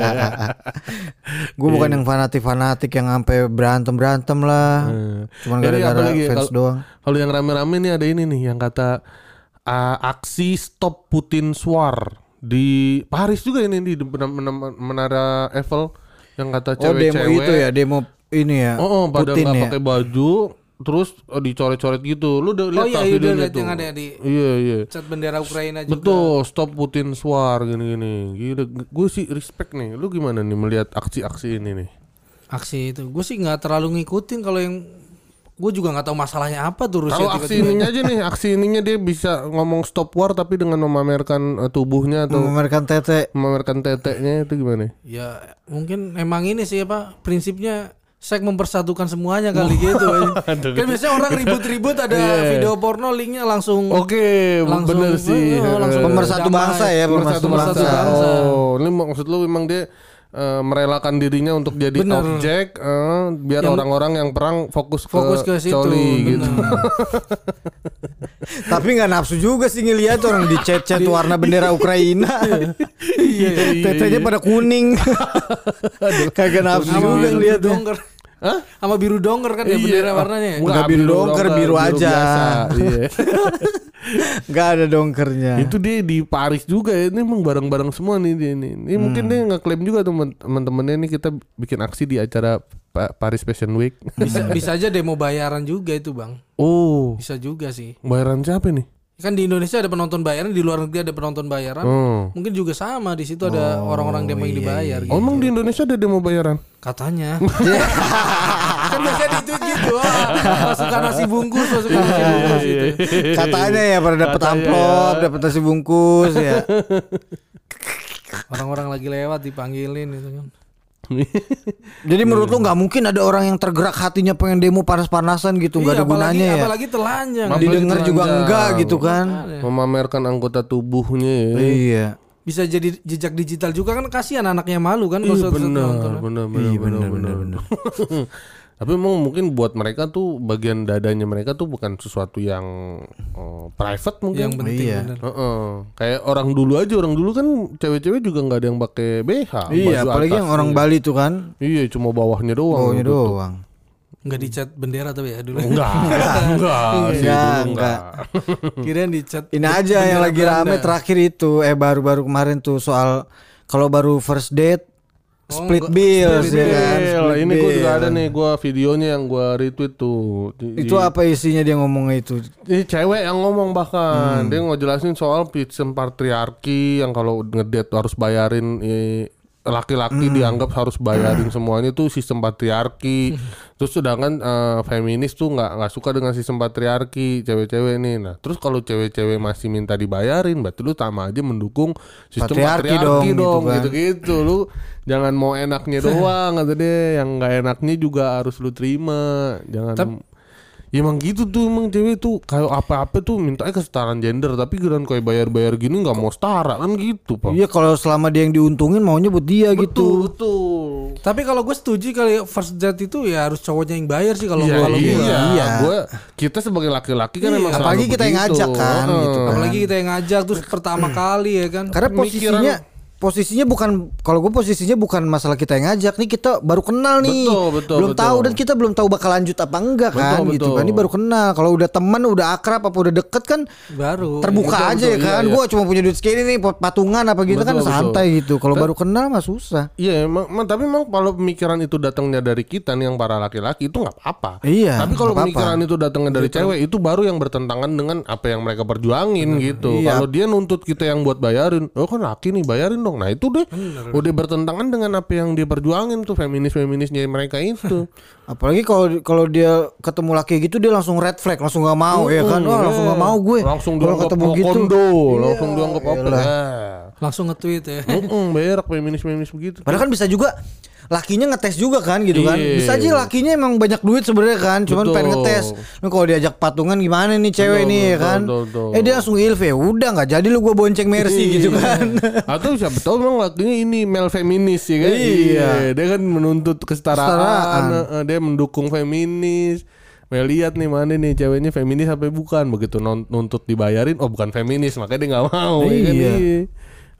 Gue bukan yang fanatik-fanatik yang sampai berantem-berantem lah. Hmm. Cuman Jadi gara-gara apalagi fans kalau- doang. Kalau yang rame-rame nih ada ini nih yang kata uh, aksi stop Putin war di Paris juga ini di men- men- menara Eiffel yang kata Oh, demo cewek-cewek. itu ya, demo ini ya. Oh, oh pada Putin nggak ya. pakai baju, terus oh, dicoret-coret gitu. Lu udah lihat Oh iya, tak iya, udah videonya lihat tuh? yang ada di Iya iya. cat bendera Ukraina juga. Betul, stop Putin war gini-gini. Gila, gue sih respect nih. Lu gimana nih melihat aksi-aksi ini nih? Aksi itu, gue sih nggak terlalu ngikutin kalau yang gue juga nggak tahu masalahnya apa tuh Rusia. Kalau aksi ininya aja nih, aksi ininya dia bisa ngomong stop war tapi dengan memamerkan uh, tubuhnya atau Memamerkan tete. memamerkan teteknya itu gimana? Ya mungkin emang ini sih apa prinsipnya seks mempersatukan semuanya kali gitu. Kan biasanya orang ribut-ribut ada Iya. video porno linknya langsung. Oke, Langsung- bener sih. oh, langsung Eh, Pemersatu damai. bangsa ya, pemersatu pemersatu bangsa. bangsa. Oh, ini maksud lu memang dia eh, merelakan dirinya untuk jadi Bener. objek eh, biar Yang- orang-orang yang perang fokus, Fokus ke situ, coli gitu. bener. Tapi nggak nafsu juga sih ngeliat orang di chat-chat warna bendera Ukraina. Iya, iya, Tetenya iya. pada kuning. Kagak nafsu Sama juga biru ngeliat dongker. Hah? Sama biru dongker kan ya Iya. bendera warnanya. ya? Enggak biru dongker, biru aja. biasa. Iya. Nggak ada dongkernya. Itu dia di Paris juga ya. Ini emang bareng-bareng semua nih dia ini. Ini mungkin dia ngeklaim juga teman- teman-temannya nih kita bikin aksi di acara Pa- Paris Fashion Week. Bisa bisa aja demo bayaran juga itu bang. Oh, Bisa juga sih. bayaran siapa nih? Kan di Indonesia ada penonton bayaran, di luar negeri ada penonton bayaran. Oh. Mungkin juga sama di situ ada orang-orang demo yang dibayar. Oh, Gitu. emang di Indonesia ada demo bayaran? Katanya. Kan biasanya di tweet gitu. Ah, masukan nasi bungkus, masukan nasi Iya, bungkus gitu. Katanya ya pada dapat Katanya amplop, ya. dapat nasi bungkus ya. Orang-orang lagi lewat dipanggilin gitu kan. Jadi menurut lu nggak mungkin ada orang yang tergerak hatinya pengen demo panas-panasan gitu, nggak Iya, ada apalagi, gunanya ya. apalagi telanjang. Apalagi Didengar juga telanjang. enggak gitu kan. Memamerkan anggota tubuhnya ya. Iya. Bisa jadi jejak digital juga kan, kasihan anaknya malu kan kalau Iya suatu saat benar, nonton. benar, benar, Iya, benar, benar, benar. Tapi memang mungkin buat mereka tuh bagian dadanya mereka tuh bukan sesuatu yang oh, private mungkin. Yang penting Iya. bener. Heeh. Kayak orang dulu aja, orang dulu kan cewek-cewek juga nggak ada yang pakai B H. Iya, baju apalagi atas. yang orang Bali tuh kan, Iya, cuma bawahnya doang. bawahnya gitu. doang. Enggak dicat bendera tapi ya dulu. Enggak, enggak, sih, Enggak, dulu enggak. Kirain dicat. Ini aja yang lagi rame terakhir itu, eh baru-baru kemarin tuh soal kalau baru first date Oh, split enggak. bills Split ya kan. bill. split Ini gue juga bill. ada nih, gue videonya yang gue retweet tuh. Di- Itu di- apa isinya dia ngomongnya itu? Ini cewek yang ngomong Hmm. bahkan dia ngejelasin soal sistem patriarki yang kalau ngedate harus bayarin eh, laki-laki Hmm. dianggap harus bayarin semuanya tuh sistem patriarki. Terus sedangkan eh, feminis tuh nggak nggak suka dengan sistem patriarki cewek-cewek nih. Nah terus kalau cewek-cewek masih minta dibayarin, berarti lu sama aja mendukung sistem Patriarki patriarki, dong, dong, gitu kan. gitu-gitu. Lu jangan mau enaknya doang, kata dia. Yang nggak enaknya juga harus lu terima. Jangan. Tep- Ya emang gitu tuh, emang cewek tuh kayak apa-apa tuh mintanya kesetaraan gender, tapi giliran kayak bayar-bayar gini nggak mau setara kan gitu pak. Iya, kalau selama dia yang diuntungin maunya buat dia gitu. betul. Tapi kalau gue setuju kali first date itu ya harus cowoknya yang bayar sih kalau Iya, kalau iya, gua. Iya. Gua kita sebagai laki-laki kan Iya, emang selalu apalagi kita yang begitu. ngajak kan, Heeh. gitu kan. Apalagi kita yang ngajak terus pertama kali ya kan. Karena posisinya posisinya bukan, kalau gue posisinya bukan masalah kita yang ngajak nih, kita baru kenal nih, Betul, betul, belum betul. tahu dan kita belum tahu bakal lanjut apa enggak kan, Betul, gitu betul. kan, ini baru kenal. Kalau udah teman, udah akrab, apa udah deket kan, Baru. terbuka Betul, aja betul, ya kan. iya, iya. Gue cuma punya duit segini nih, patungan apa gitu kan Betul, santai gitu. Kalau Kan- baru kenal mah susah. Iya emang, emang- tapi emang kalau pemikiran itu datangnya dari kita nih yang para laki-laki itu nggak apa-apa. Iya, Tapi kalau nggak apa-apa. pemikiran itu datangnya dari cewek itu baru yang bertentangan dengan apa yang mereka perjuangin gitu. Iya. Kalau dia nuntut kita yang buat bayarin, oh kan laki nih bayarin dong. Nah itu deh, udah bertentangan dengan apa yang dia perjuangin tuh feminis-feminisnya mereka itu. Apalagi kalau kalau dia ketemu laki gitu, dia langsung red flag, langsung nggak mau ya kan. Wah, langsung nggak mau gue. Langsung Kalau dianggap ketemu gitu. kondo, langsung dianggap apa iyalah. ya. Langsung nge-tweet ya. Mm-mm, berak feminis-feminis begitu. Padahal kan bisa juga lakinya ngetes juga kan gitu kan. Iya. Bisa aja lakinya emang banyak duit sebenarnya kan, cuman Betul. pengen ngetes. Nah, kalau diajak patungan gimana nih cewek Betul, nih ya betul, kan. betul, betul. Eh dia langsung ilfil, ya udah nggak jadi lu gua bonceng Mercy gitu kan. Atau siapa tahu memang lakinya ini male feminis ya kan. Iya. Dia kan menuntut kesetaraan, Kesetaraan. eh, dia mendukung feminis. Mau lihat nih mana nih ceweknya feminis apa bukan, begitu non- nuntut dibayarin oh bukan feminis makanya dia nggak mau ya kan. Iya. Iya.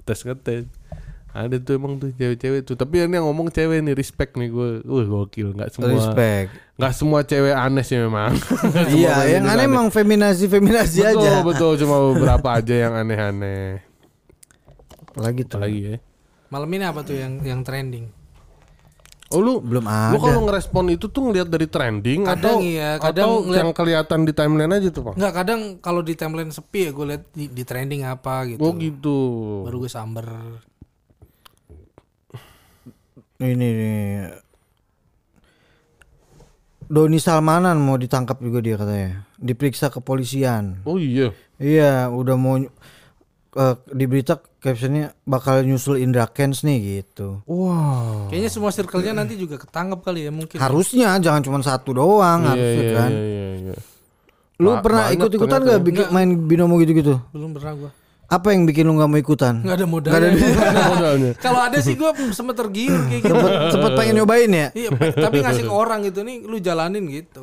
ngetes-ngetes. Ada tuh emang tuh cewek-cewek tuh. Tapi ini yang ngomong cewek nih, respect nih gue. Wah gokil, nggak semua. Respect. Nggak semua cewek aneh sih memang. Iya, yang aneh emang feminasi-feminasi betul, aja. Betul, cuma beberapa aja yang aneh-aneh. Apalagi tuh. Apalagi ya. Malam ini apa tuh yang yang trending? Oh lu belum Lu ada. kalau ngerespon itu tuh ngelihat dari trending Kadang atau iya, kadang atau ngeliat- yang kelihatan di timeline aja tuh, Pak? Enggak, kadang kalau di timeline sepi ya gue liat di, di trending apa gitu. Oh gitu. Baru gue samber. Ini nih. Doni Salmanan mau ditangkap juga dia katanya. Diperiksa kepolisian. Oh iya. Iya, udah mau uh, di berita captionnya bakal nyusul Indra Kents nih gitu. Wah. Kayaknya semua circle-nya nanti juga ketangkep kali ya mungkin. Harusnya jangan cuma satu doang, Iya, harusnya iya, kan. iya, iya, iya. Lu Ba- pernah banyak ikut-ikutan ternyata gak ya. bikin main binomo gitu-gitu? Belum pernah gue. Apa yang bikin lu gak mau ikutan? Nggak ada modal. Nggak ada duit. Modalnya. Kalau ada sih gue sempet tergiur kayak gitu. Sempet, sempet pengen nyobain ya? Iya, pe- tapi ngasih ke orang gitu nih, lu jalanin gitu.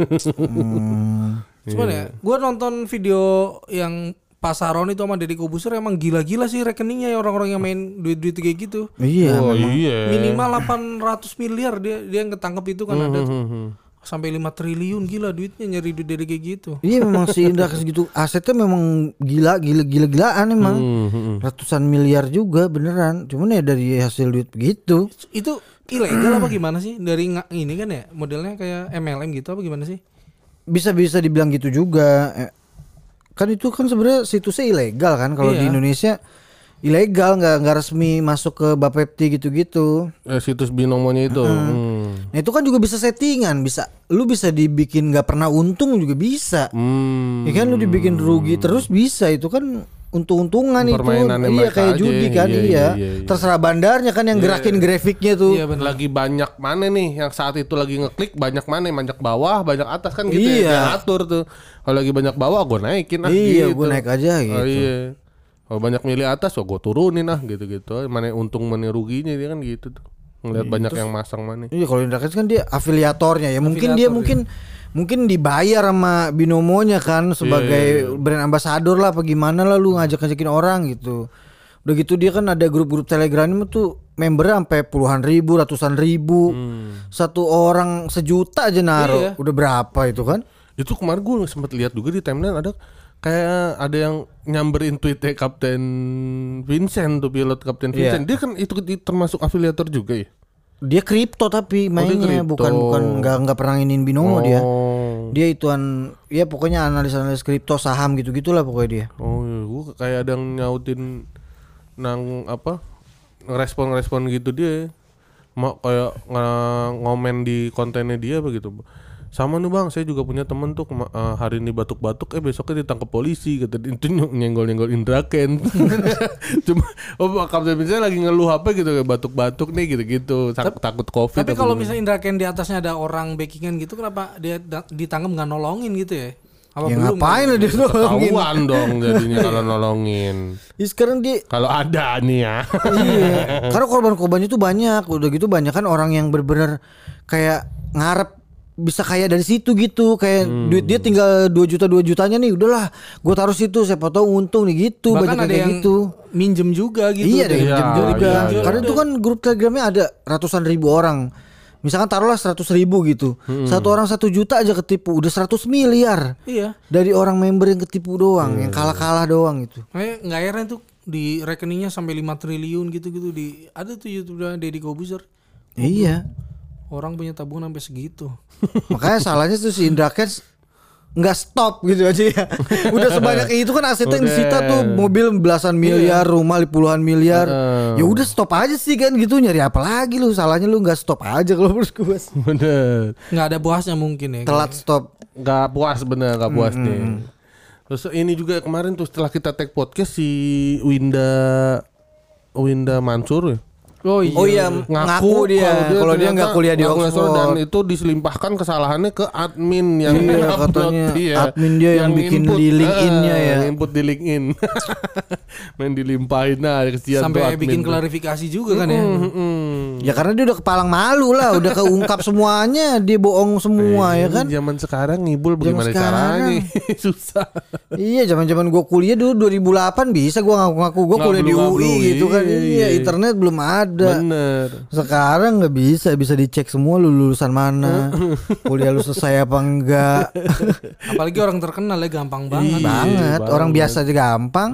Hmm. Cuman ya, gue nonton video yang Pasaron itu sama Deddy Kobuser emang gila-gila sih rekeningnya ya orang-orang yang main duit-duit kayak gitu. Iya. Oh memang. iya. Minimal delapan ratus miliar dia dia yang ketangkep itu kan ada tuh. Hmm. Sampai lima triliun gila duitnya nyari duit dari kayak gitu. Iya memang si Indra Kents gitu asetnya memang gila gila gila gilaan emang. Hmm, hmm. Ratusan miliar juga beneran. Cuman ya dari hasil duit begitu. Itu ilegal apa gimana sih? Dari nga- ini kan ya modelnya kayak M L M gitu apa gimana sih? Bisa-bisa dibilang gitu juga. Eh, kan itu kan sebenarnya situsnya ilegal kan kalau Iya. di Indonesia ilegal nggak nggak resmi masuk ke Bapepti gitu-gitu. Eh, situs binomonya itu. Hmm. Nah itu kan juga bisa settingan, bisa lu bisa dibikin nggak pernah untung juga bisa. Hmm. Ya kan lu dibikin rugi terus bisa itu kan untung-untungan itu. Permainannya Iya mereka kayak aja. judi kan Iya, iya. iya, iya, iya. Terserah bandarnya kan yang gerakin grafiknya tuh. Iya benar. Lagi banyak mana nih yang saat itu lagi ngeklik banyak mana, banyak bawah, banyak atas kan gitu Iya. ya. Dia atur tuh. Kalau lagi banyak bawah gue naikin ah Iya, gitu. gue naik aja gitu. Oh, iya. Kalau banyak milih atas, oh gue turunin ah gitu-gitu. Mana untung mana ruginya dia kan gitu tuh. Ngeliat banyak yang masang mana. Iya kalau Indra Kents kan dia afiliatornya ya mungkin dia Afiliator, mungkin mungkin dibayar sama binomonya kan sebagai Iya, iya, brand ambassador lah apa gimana lah lu ngajak-ngajakin orang gitu. Udah gitu dia kan ada grup-grup Telegramnya tuh membernya sampai puluhan ribu, ratusan ribu. Hmm. Satu orang sejuta aja naruh. Iya. Udah berapa itu kan? Itu kemarin gue sempat lihat juga di timeline ada kayak ada yang nyamberin tweetnya Kapten Vincent tuh, pilot Kapten Iya. Vincent. Dia kan itu termasuk afiliator juga ya. Dia kripto tapi mainnya kripto. bukan bukan nggak nggak pernah nginin binomo dia. Oh. Dia ituan ya pokoknya analis-analis kripto saham gitu-gitulah pokoknya dia. Oh iya, gue kayak ada yang nyautin nang apa ngerespon-respon gitu dia, mau kayak nge- ngomen di kontennya dia begitu. Sama nih bang, saya juga punya temen tuh kema- uh, hari ini batuk-batuk, eh besoknya ditangkap polisi, kata dia, itu nyenggol-nyenggol Indra Kents. Cuma, oh Kapten Vincent lagi ngeluh apa gitu kayak batuk-batuk nih gitu-gitu, tak- takut covid. Tapi apa kalau gimana. misalnya Indra Kents di atasnya ada orang backingan gitu kenapa dia da- ditangkap nggak nolongin gitu ya? Apa Ya belum? ngapain lah dia nolongin? Ketahuan dong jadinya kalau nolongin. Ya, sekarang dia Kalau ada nih ya. iya. Karena korban-korbannya tuh banyak. Udah gitu banyak kan orang yang bener-bener kayak ngarep bisa kaya dari situ gitu. Kayak duit dia tinggal dua juta dua jutanya nih. Udahlah, gue taruh situ siapa tahu untung nih gitu. Bahkan Banyak ada kayak yang gitu. minjem juga gitu. Iya, ada yang Iya, minjem juga. iya, iya. Karena itu kan grup Telegramnya ada ratusan ribu orang. Misalkan taruhlah seratus ribu gitu. Satu orang satu juta aja ketipu, udah seratus miliar. Iya. Dari orang member yang ketipu doang, yang kalah-kalah doang gitu. Kayak nggak heran tuh di rekeningnya sampai lima triliun gitu-gitu di ada tuh YouTube Deddy Kobuser. Iya. Orang punya tabungan sampai segitu. Makanya salahnya tuh si Indra Kents nggak stop gitu aja ya. Udah sebanyak itu kan asetnya yang Udah. disita tuh mobil belasan miliar, rumah puluhan miliar. Heeh. Ya udah stop aja sih kan gitu, nyari apa lagi lu? Salahnya lu nggak stop aja kalau menurut gue. Bener. Nggak ada puasnya mungkin ya. Telat stop. Gak puas bener, gak puas nih. Terus ini juga kemarin tuh setelah kita take podcast si Winda Winda Mansur ya. Oh iya. Oh iya, ngaku dia kalau dia nggak kuliah di Oxford dan itu diselimpahkan kesalahannya ke admin yang iya, katanya dia, admin dia yang, yang bikin input, di LinkedIn-nya uh, ya. Input di LinkedIn. Main dilimpahin nah kesian sampai bikin tuh. Klarifikasi juga kan ya. Mm-hmm. Ya karena dia udah kepalang malu lah, udah keungkap semuanya, dia bohong semua eh, ya kan. Zaman sekarang ngibul bagaimana caranya? Susah. Iya, zaman-zaman gua kuliah dulu dua ribu delapan bisa gua ngaku-ngaku gua kuliah di U I gitu kan. Iya, internet belum ada. Bener. Sekarang nggak bisa, bisa dicek semua lu lulusan mana, kuliah lu selesai apa enggak. Apalagi orang terkenal ya gampang banget. Iyi, banget, banget. Orang biasa aja gampang.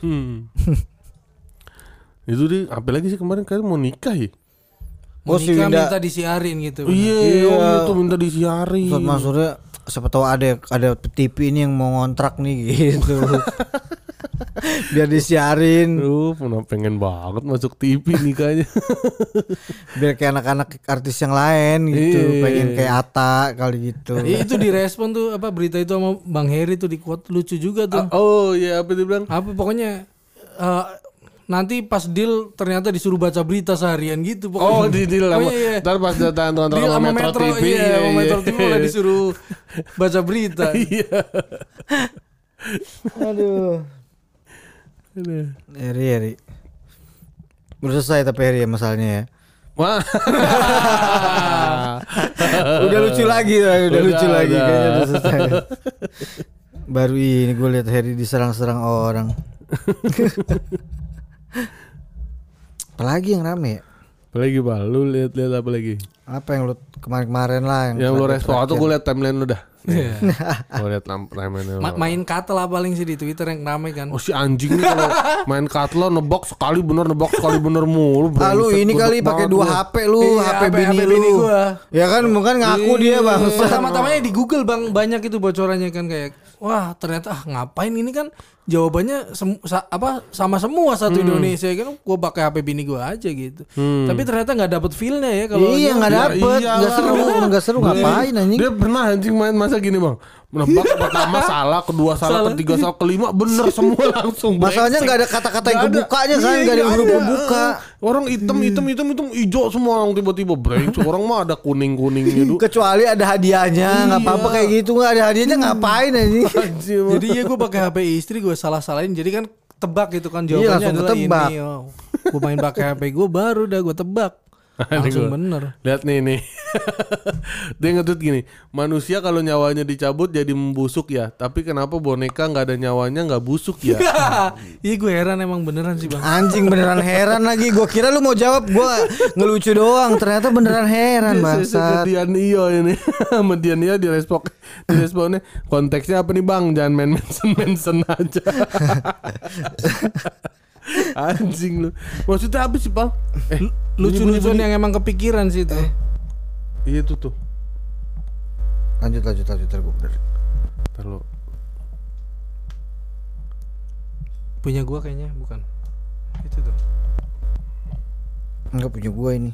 Itu deh, apalagi sih kemarin kalian mau nikah ya? Mau nikah minta disiarin gitu. Iya, iya. Oh, itu minta disiarin. Ustaz Maksudnya siapa tahu ada ada T V ini yang mau ngontrak nih gitu. Biar disiarin. Duh, pengen banget masuk T V nikahnya. Biar kayak anak-anak artis yang lain gitu, Eee. pengen kayak Atta kali gitu. Itu direspon tuh apa berita itu sama Bang Heri tuh di quote lucu juga tuh. Uh, oh iya, apa dia bilang? Apa pokoknya uh, nanti pas deal ternyata disuruh baca berita seharian gitu pokoknya. Oh di deal oh, iya. Ntar pas datang tuan deal sama Metro, Metro T V iya, iya, sama Metro T V malah disuruh baca berita. Iya. Aduh. Heri Heri udah selesai tapi Heri ya masalahnya ya. Wah. Udah lucu lagi udah, udah lucu udah, lagi kayaknya udah selesai. Baru ini gue lihat Heri diserang-serang orang. Apalagi yang rame ya? Apalagi Pak, lu lihat-lihat apa lagi? Apa yang lu kemarin-kemarin lah yang, yang lu respon atau gue lihat timeline lu dah. Yeah. Gue lihat timeline Ma- main kata lah paling sih di Twitter yang rame kan. Oh si anjing nih kalau main kata nebok sekali bener nebok sekali bener mulu. Ah lu ini kali pakai dua H P lu, iya, H P bini H P lu. Bini gua. Ya kan bukan ngaku iya. dia Bang. Pertama-tamanya di Google Bang banyak itu bocorannya kan kayak wah ternyata ah ngapain ini kan jawabannya sem- sa- apa sama semua satu hmm. Indonesia kan gua pakai H P bini gua aja gitu. Hmm. Tapi ternyata enggak dapat feel-nya ya kalau iya enggak dapet, enggak seru, enggak seru ngapain anjing. Dia pernah anjing main masa gini Bang. Menebak pertama salah, kedua salah, salah, ketiga salah, kelima bener semua langsung. Masalahnya nggak ada kata-kata yang kebukanya kan, nggak ada huruf pembuka. Orang hitam, hitam, hitam, hitam, hijau semua orang tiba-tiba brengsek. Orang mah ada kuning kuningnya dulu. Kecuali ada hadiahnya, nggak apa-apa kayak gitu nggak ada hadiahnya ngapain aja. Jadi ya gue pakai H P istri gue salah-salahin, jadi kan tebak gitu kan jawabannya iya, adalah ketebak. ini. Oh. Gue main pakai H P gue baru dah gue tebak. Langsung bener. Lihat nih nih. Dia ngetweet gini, manusia kalau nyawanya dicabut jadi membusuk ya, tapi kenapa boneka nggak ada nyawanya nggak busuk ya? Iya gue heran emang beneran sih Bang. Anjing beneran heran lagi. Gue kira lu mau jawab gue ngelucu doang, ternyata beneran heran bangsat. Dian Iyo ini, sama Dian Iyo direspon, diresponnya konteksnya apa nih Bang? Jangan main mention mention aja. Anjing lu. Maksudnya apa sih Pal? Eh, lucu-lucuan yang emang kepikiran sih itu. Eh. Iya tuh tuh. Lanjut lanjut lanjut ntar gue bener. Ntar lu. Punya gua kayaknya bukan. Itu tuh. Enggak punya gua ini.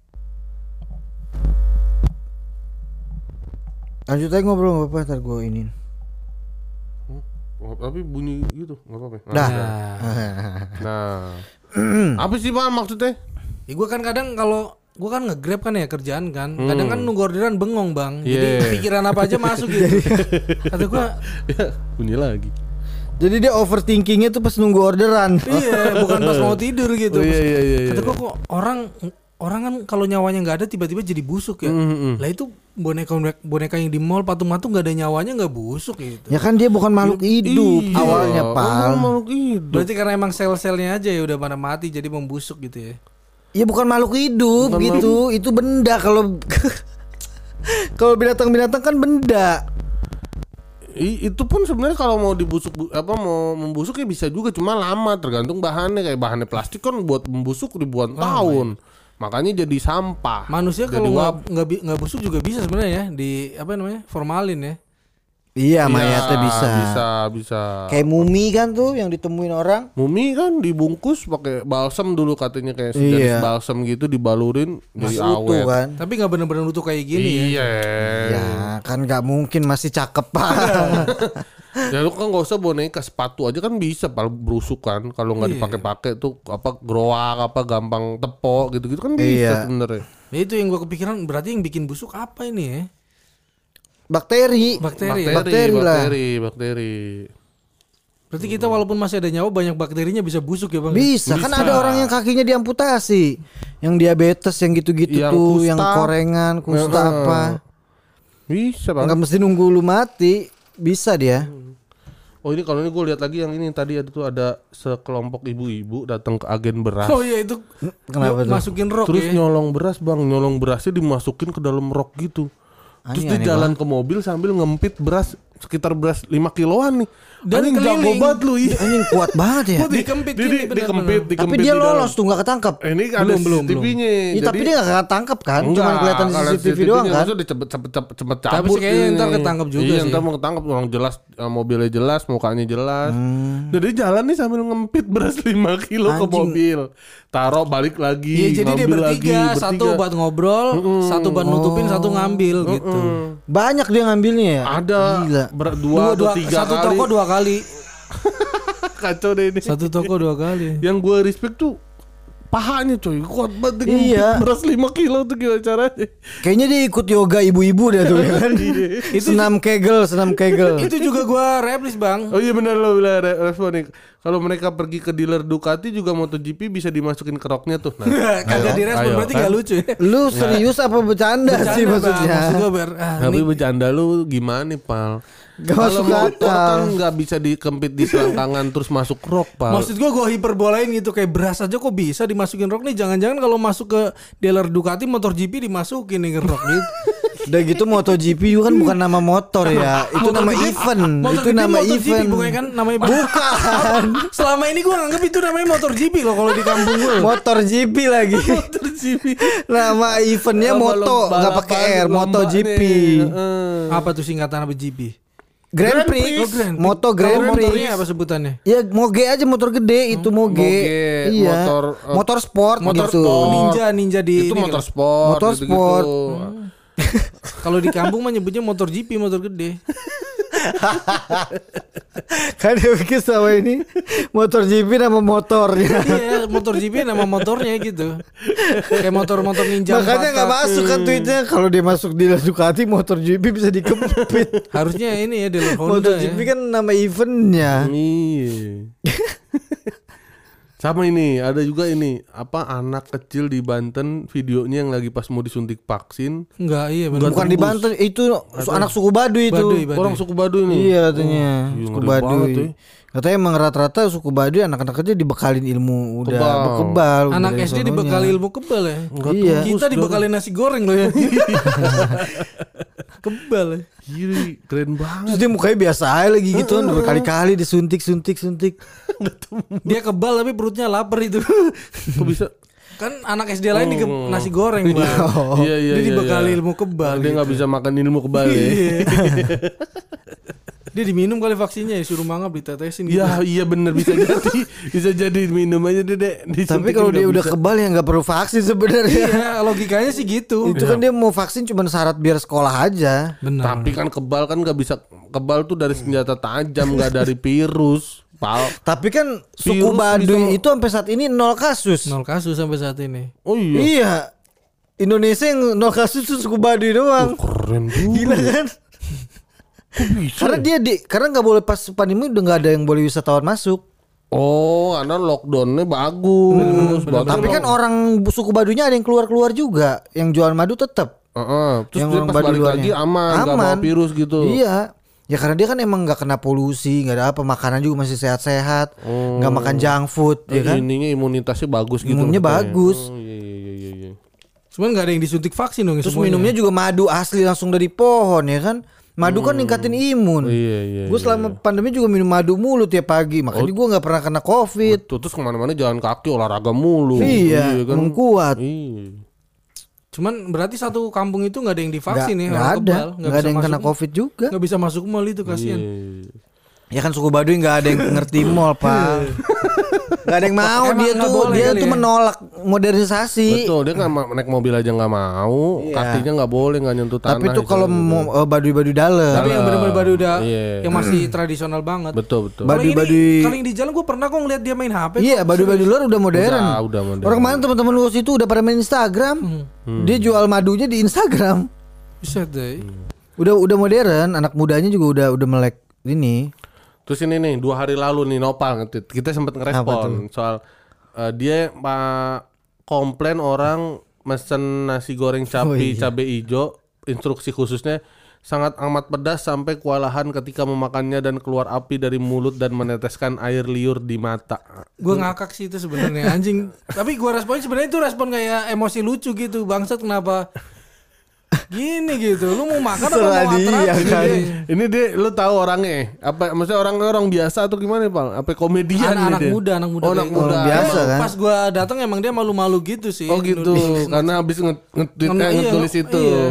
Lanjut aja ngobrol enggak apa-apa ntar gua ini. Oh, tapi bunyi gitu nggak apa-apa. Nah, nah, apa sih Pak maksudnya? Ya gue kan kadang kalau gue kan nge-grab kan ya kerjaan kan, hmm. kadang kan nunggu orderan bengong Bang, yeah. Jadi pikiran apa aja masuk gitu. Kata gue, ya, bunyi lagi. Jadi dia overthinkingnya tuh pas nunggu orderan. Iya, bukan pas mau tidur gitu. Oh, iya, iya, iya, kata gue kok orang orang kan kalau nyawanya nggak ada tiba-tiba jadi busuk ya. Mm-hmm. Lah itu boneka boneka yang di mall patung-patung nggak ada nyawanya nggak busuk gitu. Ya kan dia bukan makhluk hidup iya, awalnya Pal. Makhluk hidup. Berarti karena emang sel-selnya aja ya udah pada mati jadi membusuk gitu ya. Ya bukan makhluk hidup bukan gitu, makhluk. Itu benda kalau kalau binatang-binatang kan benda. I, itu pun sebenarnya kalau mau dibusuk apa mau membusuk ya bisa juga, cuma lama tergantung bahannya. Kayak bahannya plastik kan buat membusuk ribuan oh, tahun. Iya. Makanya jadi sampah. Manusia kalau nggak nggak nggak busuk juga bisa sebenarnya ya di apa namanya formalin ya. Iya, mayatnya ya, bisa. Bisa, bisa. Kayak mumi kan tuh yang ditemuin orang. Mumi kan dibungkus pakai balsam dulu katanya kayak sejenis iya. balsam gitu dibalurin jadi awet. Kan? Tapi nggak benar-benar utuh kayak gini iya. ya. Ya kan nggak mungkin masih cakep Pak. Ya lu kan nggak usah boneka, sepatu aja kan bisa pal berusuk kan kalau nggak Iya. dipakai-pakai tuh apa groak apa gampang tepok gitu-gitu kan bisa Iya. sebenarnya. Nah, itu yang gua kepikiran berarti yang bikin busuk apa ini ya? Bakteri. Bakteri. Bakteri, Bakteri lah. bakteri, bakteri. Berarti kita walaupun masih ada nyawa banyak bakterinya bisa busuk ya Bang? Bisa. Kan Bisa. ada orang yang kakinya diamputasi, yang diabetes, yang gitu-gitu Yang tuh, kusta. yang korengan, kusta Heeh. apa. Bisa Bang. Nggak mesti nunggu lu mati, bisa dia. Oh ini kalau ini gue lihat lagi yang ini tadi ada tuh ada sekelompok ibu-ibu datang ke agen beras. Oh iya itu Kenapa tuh? masukin rok Terus ya. nyolong beras Bang, nyolong berasnya dimasukin ke dalam rok gitu. Terus Aneh-aneh dia jalan ke mobil sambil ngempit beras sekitar beras lima kiloan nih. Dan Anjing jago keliling. banget lu iya. Anjing kuat banget ya. Di- dikempit Di- gini, di- benar-benar. dikempit, Tapi dikempit dia di dalam. lolos tuh nggak ketangkep. Eh, ini ada Belum, belum, C C T V-nya. Iya, tapi dia nggak ketangkep kan, cuma Enggak, kelihatan di kalau C C T V doang kan. Maksudnya cepet cepet cepet cepet cepet Tapi cabut. kayaknya ini. ntar ketangkep juga iya, sih. ntar mau ketangkep orang jelas eh, mobilnya jelas, mukanya jelas. Hmm. Jadi jalan nih sambil ngempit beras lima kilo ke Anjing. mobil. Taruh balik lagi. Iya jadi dia ngambil bertiga, lagi, satu bertiga. buat ngobrol, satu buat nutupin, satu ngambil gitu. Banyak dia ngambilnya ya. Ada Gila. ber- dua, Dua, atau dua, tiga satu kali. toko dua kali, Kacau deh ini. satu toko dua kali. Yang gue respect tuh pahanya coy, kuat banget dia Iya. ngempit beras lima kilo tuh gimana caranya. Kayaknya dia ikut yoga ibu-ibu deh tuh ya kan. senam kegel, senam kegel. Itu juga gua replis Bang. Oh iya benar lo bilang re- respon nih. Kalau mereka pergi ke dealer Ducati juga MotoGP bisa dimasukin ke roknya tuh. Nah, Kagak direspon ayo, berarti kan? gak lucu ya. Lu serius apa bercanda, sih Bercanda, Bang. maksudnya? Maksud gua ber, ah, Tapi ini bercanda lu gimana nih, Pal? Gak Kalau masuk motor akal. kan nggak bisa dikempit di selangkangan terus masuk rok, Pal. maksud gua gua hiperbolain gitu kayak beras aja kok bisa dimasukin rok nih. Jangan-jangan kalau masuk ke dealer Ducati motor G P dimasukin nih ke rok gitu. Udah gitu MotoGP juga kan bukan nama motor ya. Itu nama event. Motor Itu G P, nama MotoGP, event. bukan kan namanya bukan. Selama ini gua nganggep itu namanya motor G P loh kalau di kampung gua. Motor G P lagi. motor G P. Nama eventnya moto, nggak pakai R, MotoGP. Apa tuh singkatan apa G P? Grand Grand Prix, Prix. Oh, Grand Prix. Moto Kalau Grand motornya Prix. apa sebutannya? Ya moge aja motor gede itu moge. Moge, Iya. motor, eh, motor sport motor gitu. sport. Ninja ninja di Itu ini motor kan? sport. Motor gitu-gitu. sport. Kalau di kampung mah nyebutnya motor G P, motor gede. Kan dia pikir sama ini motor G P nama motornya. Iya, motor G P nama motornya gitu. Kayak motor-motor ninja. Makanya empat nggak kaki. masuk kan tweetnya kalau dia masuk di Ducati motor G P bisa dikempit. Harusnya ini ya dealer Honda Motor ya. G P kan nama eventnya. Iya. Sama ini, ada juga ini apa anak kecil di Banten videonya yang lagi pas mau disuntik vaksin. Enggak, iya benar. Bukan di Banten itu anak suku Baduy itu. Baduy, Baduy. Orang suku Baduy nih. Iya katanya Oh, iya, suku ngeri banget Baduy. tuh. Katanya emang rata-rata suku Baduy anak-anak kecil dibekalin ilmu udah Kebal. kebal. Anak S D dibekali ilmu kebal ya. Enggak Iya. tahu, Kita saudara. dibekalin nasi goreng loh ya. Kebal ya. Gila, keren banget. Terus dia mukanya biasa aja lagi gitu kan berkali-kali disuntik suntik suntik. Dia kebal tapi perutnya lapar itu. Kok bisa? Kan anak S D lain di nasi goreng Bang. Iya iya Dia iya. dibekali iya. ilmu kebal. Dia nggak gitu. bisa makan ilmu kebal ya. Dia diminum kali vaksinnya ya suruh mangap ditetesin gitu. Iya iya bener bisa jadi bisa jadi minum aja deh dek. Tapi Disuntik kalau dia nggak udah bisa. kebal ya nggak perlu vaksin sebenarnya. Iya, logikanya sih gitu. Itu kan dia mau vaksin cuma syarat biar sekolah aja. Benar. Tapi kan kebal kan nggak bisa kebal tuh dari senjata tajam nggak dari virus. Pal. Tapi kan suku Virus Baduy bisa- itu sampai saat ini nol kasus. Nol kasus sampai saat ini. Oh iya. Iya. Indonesia yang nol kasus itu suku Baduy doang. Keren juga. Gila kan? Kok bisa? Karena dia di karena nggak boleh pas pandemi udah nggak ada yang boleh wisatawan masuk. Oh, karena lockdownnya bagus. bagus. Tapi kan orang suku Baduynya ada yang keluar-keluar juga, yang jual madu tetap. Heeh. Terus Yang dia orang pas Baduy balik luarnya. lagi aman, nggak Aman. bawa virus gitu. Iya. Ya karena dia kan emang nggak kena polusi, nggak ada apa, makanan juga masih sehat-sehat, nggak makan junk food, ya kan? Ininya imunitasnya bagus gitu. Imunnya maksudnya. bagus. Oh, iya iya iya iya. Cuman nggak ada yang disuntik vaksin dong. Terus semuanya. minumnya juga madu asli langsung dari pohon, ya kan? Madu kan ningkatin imun. Oh, iya iya. Gue selama pandemi juga minum madu mulu tiap pagi, makanya gue nggak pernah kena covid. Tuh, terus kemana-mana jalan kaki olahraga mulu. Iya, kan? emang kuat. Iya. Cuman berarti satu kampung itu nggak ada yang divaksin ya. Nggak orang ada, kebal. nggak ada bisa yang kena masuk- covid juga. Nggak bisa masuk mall itu kasihan. Iya. Ya kan suku Baduy nggak ada yang ngerti mall pak. Gak ada yang mau. Emang Dia nggak tuh boleh dia kali tuh ya? menolak modernisasi. Betul, dia nggak ma- naik mobil aja nggak mau, Iya. kakinya nggak boleh, nggak nyentuh tanah. Tapi tuh kalau istilahnya mau eh, Baduy-Baduy dalam. Tapi yang benar-benar baru udah Iya. yang masih tradisional banget. betul betul. Ba- Kalau ini, Baduy-baduy- kalau yang di jalan gue pernah kok ngeliat dia main H P. Iya, kok. Baduy-Baduy luar udah modern. Udah, udah modern. Orang kemarin teman-teman lu itu udah pada main Instagram. Dia jual madunya di Instagram. Bisa deh. Udah udah modern, anak mudanya juga udah udah melek ini. Terus ini nih dua hari lalu nih Nopal nge-tweet. Kita sempat ngerespon soal uh, dia uh, komplain orang mesen nasi goreng cabai Oh, iya. cabai hijau, instruksi khususnya sangat amat pedas sampai kewalahan ketika memakannya dan keluar api dari mulut dan meneteskan air liur di mata. Gue ngakak sih itu sebenarnya anjing. Tapi gue responnya sebenarnya itu respon kayak emosi lucu gitu. Bangsat kenapa gini gitu. Lu mau makan apa mau Serah dia, atraksi? kan. Ini dia lu tahu orangnya apa maksudnya orang orang biasa atau gimana Pak? Apa komedian Anak, anak nih dia? muda, anak muda. Oh, kayak anak gitu. muda. Orang biasa Emang kan. Pas gue datang emang dia malu-malu gitu sih. Oh gitu. Karena habis nge- nge-tweet Nge- eh, iya, ngetulis itu. iya.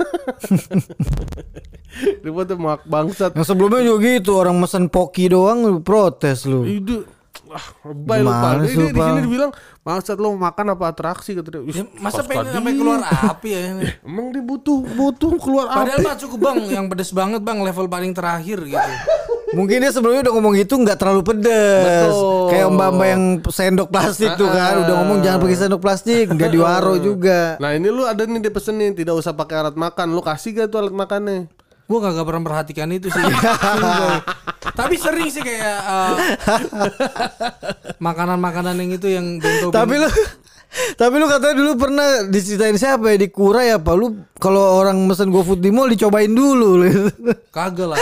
Dia tuh mak bangsat. Yang sebelumnya juga gitu, orang mesen poki doang lu protes lu. Itu ah, lebay lu Pak. Gimana Dia sih, dia di sini Pak? dibilang bangsat lo makan apa atraksi kata dia. Ih, Ya, masa pas pengen tadi. sampai keluar api ya? Emang dia butuh butuh keluar Padahal api. mah cukup bang, yang pedes banget bang, level paling terakhir gitu. Mungkin dia sebelumnya udah ngomong itu nggak terlalu pedes. Betul. Kayak mbak-mbak yang sendok plastik tuh kan, udah ngomong jangan pakai sendok plastik, nggak diwaro juga. Nah ini lu ada nih dia pesen nih tidak usah pakai alat makan. Lu kasih gak tuh alat makannya? Gue kagak pernah perhatikan itu sih. Sumpah. Tapi sering sih kayak uh, makanan-makanan yang itu yang bento. Tapi lu Tapi lu katanya dulu pernah diceritain siapa ya di Kurai apa lu kalau orang mesen GoFood di mall dicobain dulu lu. Kagak lah.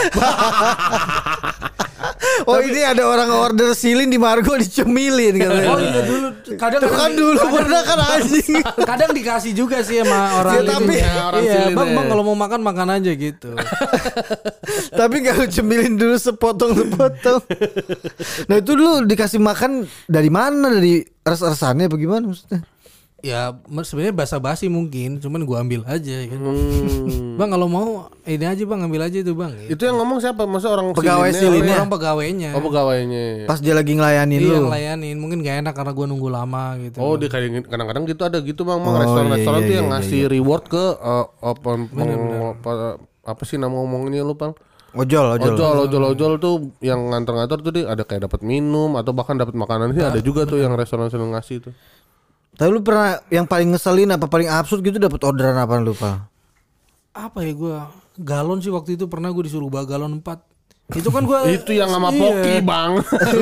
Oh ini ada orang order silin di Margo dicemilin katanya. Oh iya dulu kadang Tuh kan dulu kadang- pernah kan anjing. Kadang dikasih juga sih sama orang Ya, itu. tapi- Iya, orang iya silin bang ya. bang kalau mau makan makan aja gitu. Tapi gak lu cemilin dulu sepotong-sepotong. Nah itu dulu dikasih makan dari mana? Dari res-resannya apa gimana maksudnya? Ya sebenarnya basa-basi mungkin, cuman gua ambil aja kan. Hmm. Bang kalau mau ini aja bang ambil aja itu bang. Gitu. Itu yang ngomong siapa? Masa orang Pegawai silinnya? silinnya. Orang pegawainya. Oh pegawainya. Pas dia lagi ngelayanin Iya lu. ngelayanin, mungkin gak enak karena gua nunggu lama gitu. Oh dia kayak kadang-kadang gitu ada gitu bang, bang Oh, restoran-restoran iya, tuh iya, yang iya, ngasih reward ke uh, apa, apa apa sih nama ngomongnya lu bang? Ojol, ojol. Ojol, ojol, ojol tuh yang nganter-nganter tuh dia ada kayak dapat minum atau bahkan dapat makanan sih ada juga tuh yang restoran-restoran ngasih tuh. Tapi lu pernah yang paling ngeselin apa paling absurd gitu dapat orderan apa lu, Pak? Apa ya gua galon sih waktu itu pernah gua disuruh bawa galon empat. Itu kan gua Itu yang sama iya. Poki bang.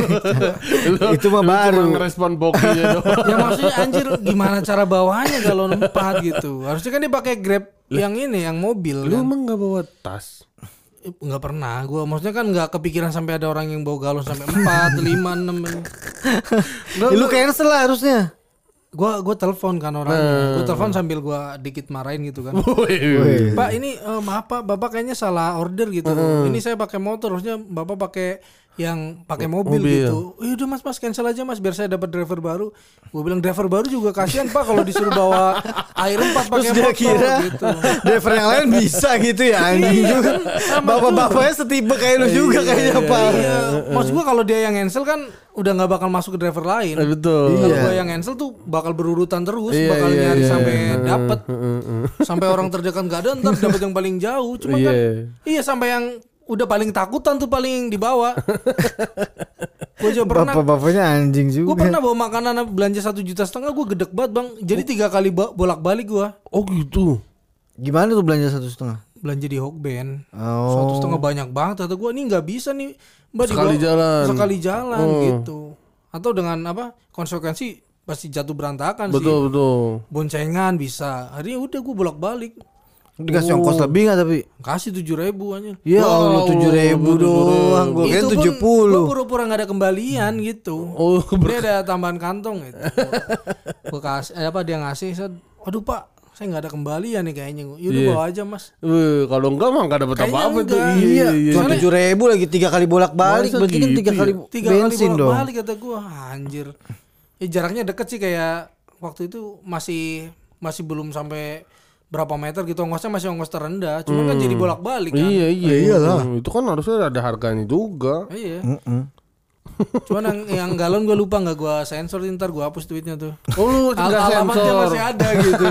Lu- Itu mah lu baru. cuma ngerespon Pokinya doang. Ya maksudnya anjir gimana cara bawanya galon empat gitu. Harusnya kan dia pakai Grab yang ini yang mobil Lu kan. emang gak bawa tas? Nggak pernah gua maksudnya kan nggak kepikiran sampai ada orang yang bawa galon sampai empat, lima, enam. Ya, lu cancel lah harusnya. Gua gua telepon kan orangnya. Gua telepon sambil gua dikit marahin gitu kan. Wih. Pak ini eh, maaf Pak, Bapak kayaknya salah order gitu. Ini saya pakai motor, harusnya Bapak pakai yang pakai mobil, Mobil. gitu. Eh udah Mas, Mas cancel aja Mas biar saya dapat driver baru. Gue bilang driver baru juga kasihan Pak kalau disuruh bawa air empat Terus pakai dia motor kira gitu. driver yang lain bisa gitu ya anjing Iya, juga. sama Bapak-bapaknya setipe kayak lu juga kayaknya, Pak. Iya, maksud gua kalau dia yang cancel kan udah nggak bakal masuk ke driver lain. Eh, betul. Kalau Iya. gua yang cancel tuh bakal berurutan terus, Iya, bakal iya, nyari iya. sampai dapet, sampai orang terdekat nggak ada, ntar dapet yang paling jauh. Cuma kan, Iya. iya sampai yang udah paling takutan tuh paling dibawa. Gue juga pernah, Bapak-bapaknya anjing gue juga. pernah bawa makanan belanja satu juta setengah, gue gedek banget bang. Jadi tiga kali ba- bolak-balik gue Oh gitu. Gimana tuh belanja satu setengah? belanja di Hokben. Oh. Satu setengah banyak banget. Kata gue ini nggak bisa nih Mbak Sekali dibawa- jalan. sekali jalan Oh. gitu. Atau dengan apa konsekuensi pasti jatuh berantakan sih. Betul betul. Boncengan bisa. Akhirnya udah gue bolak balik. Dikasih ongkos lebih gak tapi? Kasih tujuh ribu aja. Ya Allah Wow, tujuh ribu doang. Gue kira tujuh Gue puluh. pura-pura gak ada kembalian gitu. Oh Ini ada tambahan kantong gitu. Gue kasih eh, apa dia ngasih. Saya, aduh Pak, saya nggak ada kembalian nih kayaknya. Yaudah Iya. bawa aja Mas. Wih, kalau enggak mah enggak dapat Kayaknya apa-apa tuh. enggak. Iya, cuma Soalnya- tujuh ribu lagi tiga kali bolak-balik. Masa Berarti kan gitu tiga ya? kali Tiga bensin kali dong. bolak-balik kata gue. Anjir. Ya, jaraknya deket sih kayak waktu itu masih masih belum sampai berapa meter gitu, ongkosnya masih ongkos terendah, cuman kan jadi bolak-balik kan. Iya iya Eh, iyalah. Hmm, itu kan harusnya ada harganya juga. Iya. Mm-mm. Cuman yang, yang galon gue lupa nggak gue sensor, ntar gue hapus tweetnya tuh. Oh lu Al- nggak alamatnya sensor. masih ada gitu.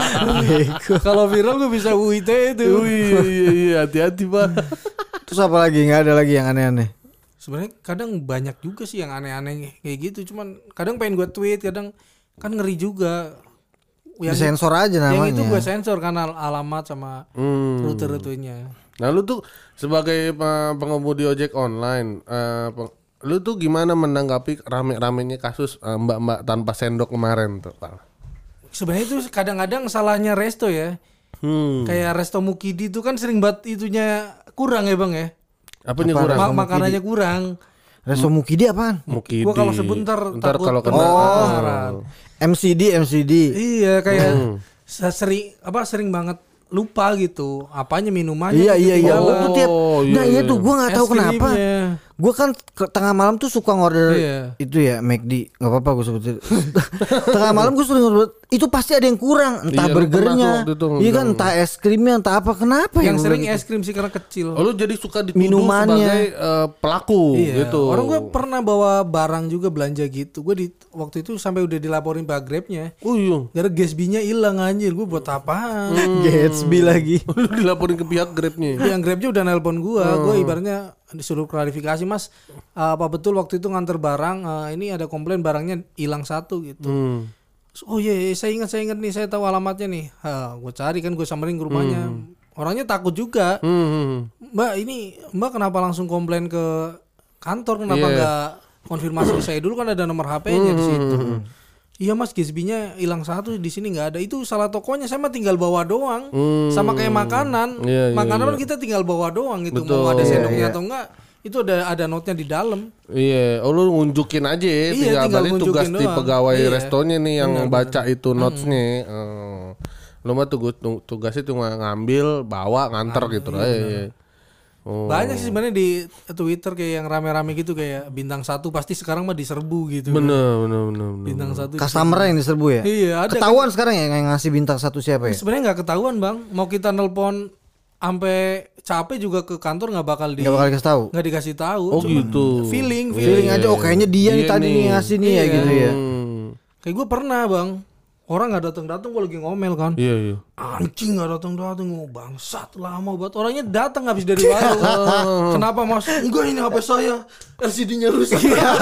Kalau viral gue bisa U I T itu. Wih, iya iya iya hati-hati Pak. Terus apa lagi? Nggak ada lagi yang aneh-aneh. Sebenarnya kadang banyak juga sih yang aneh-aneh kayak gitu. Cuman kadang pengen gue tweet, kadang kan ngeri juga. Yang, Disensor aja namanya. yang itu gue sensor karena alamat sama Hmm. rute-rutenya. Nah lu tuh sebagai uh, pengemudi ojek online, uh, peng- lu tuh gimana menanggapi rame-ramenya kasus uh, mbak-mbak tanpa sendok kemarin tuh Pak? Sebenarnya itu kadang-kadang salahnya resto ya. Hmm. Kayak resto Mukidi itu kan sering banget itunya kurang ya bang ya. Apanya Apa? kurang? Ma- makanannya kurang. Resto Mukidi apaan? Mukidi. Gua kalau sebut ntar Ntar takut kalau kena kebenaran. M C D, M C D. Iya kayak Hmm. se- sering apa sering banget lupa gitu. Apanya minumannya? Iya gitu iya iya. ketinggalan. Gua tuh tiap. Oh, iya, Nah iya iya. tuh gue nggak tahu Es kenapa. krimnya. Gue kan ke tengah malam tuh suka ngorder Iya. itu ya McD, nggak apa-apa gue sebutin. Tengah malam gue sering ngorder, itu pasti ada yang kurang, entah Iya, lu burgernya, pernah tuh waktu itu iya kan, ngundang. entah es krimnya, entah apa. Kenapa ya? Yang gua sering bilang es krim sih karena kecil. Oh, lu jadi suka dituduh Minumannya. sebagai uh, pelaku Iya. gitu. Orang gue pernah bawa barang juga belanja gitu. Gue di waktu itu sampai udah dilaporin Pak Grabnya. Oh iya. Gara Gatsby-nya hilang anjir. Gue buat apaan? gitu. Gatsby lagi. Lu dilaporin ke pihak Grabnya. Yang Grabnya udah nelpon gue. Hmm. Gue ibaratnya disuruh klarifikasi, Mas. uh, apa betul waktu itu nganter barang? uh, ini ada komplain barangnya hilang satu gitu. Hmm. Oh iya, iya, saya ingat, saya ingat nih, saya tahu alamatnya nih. Gue cari kan, gue samperin ke rumahnya. Orangnya takut juga. Hmm. Mbak ini, Mbak kenapa langsung komplain ke kantor? Kenapa Iya. nggak konfirmasi ke saya dulu, kan ada nomor H P-nya di situ. Iya Mas, Gatsby-nya hilang satu, di sini nggak ada. Itu salah tokonya, saya mah tinggal bawa doang. Hmm. Sama kayak makanan. Iya, iya, makanan iya. kan kita tinggal bawa doang gitu. Betul. Mau ada Iya, sendoknya iya. atau enggak, itu ada ada note-nya di dalam. Iya, oh lu nunjukin aja ya, Iya, tinggal, tinggal berarti tugas nunjukin di doang. pegawai Iya. restonya nih yang Benar, baca itu notes-nya. Oh. Lu mah tugas tugasnya cuma ngambil, bawa, nganter gitu lah. Iya. Oh. Banyak sih sebenarnya di Twitter kayak yang rame-rame gitu, kayak bintang satu pasti sekarang mah diserbu gitu. Bener, bener, bener, bener. Bintang satu. Customer yang diserbu ya. Iya, ada. Ketahuan sekarang ya yang ngasih bintang satu siapa ya? Sebenarnya nggak ketahuan bang, mau kita nelpon sampai capek juga ke kantor nggak bakal di Gak bakal dikasih tahu. nggak dikasih tahu. Oh, Cuma gitu. Feeling, Iya, Feeling feeling. aja, oh kayaknya dia nih Dia tadi nih. nih ngasih nih ya Iya. gitu ya. Hmm. Kayak gue pernah bang, orang nggak datang datang, gue lagi ngomel kan. Iya, iya. Anjing nggak datang datang, mau bangsat lama banget. Orangnya datang habis dari warung. Kenapa mas? Enggak, ini H P saya L C D-nya rusak.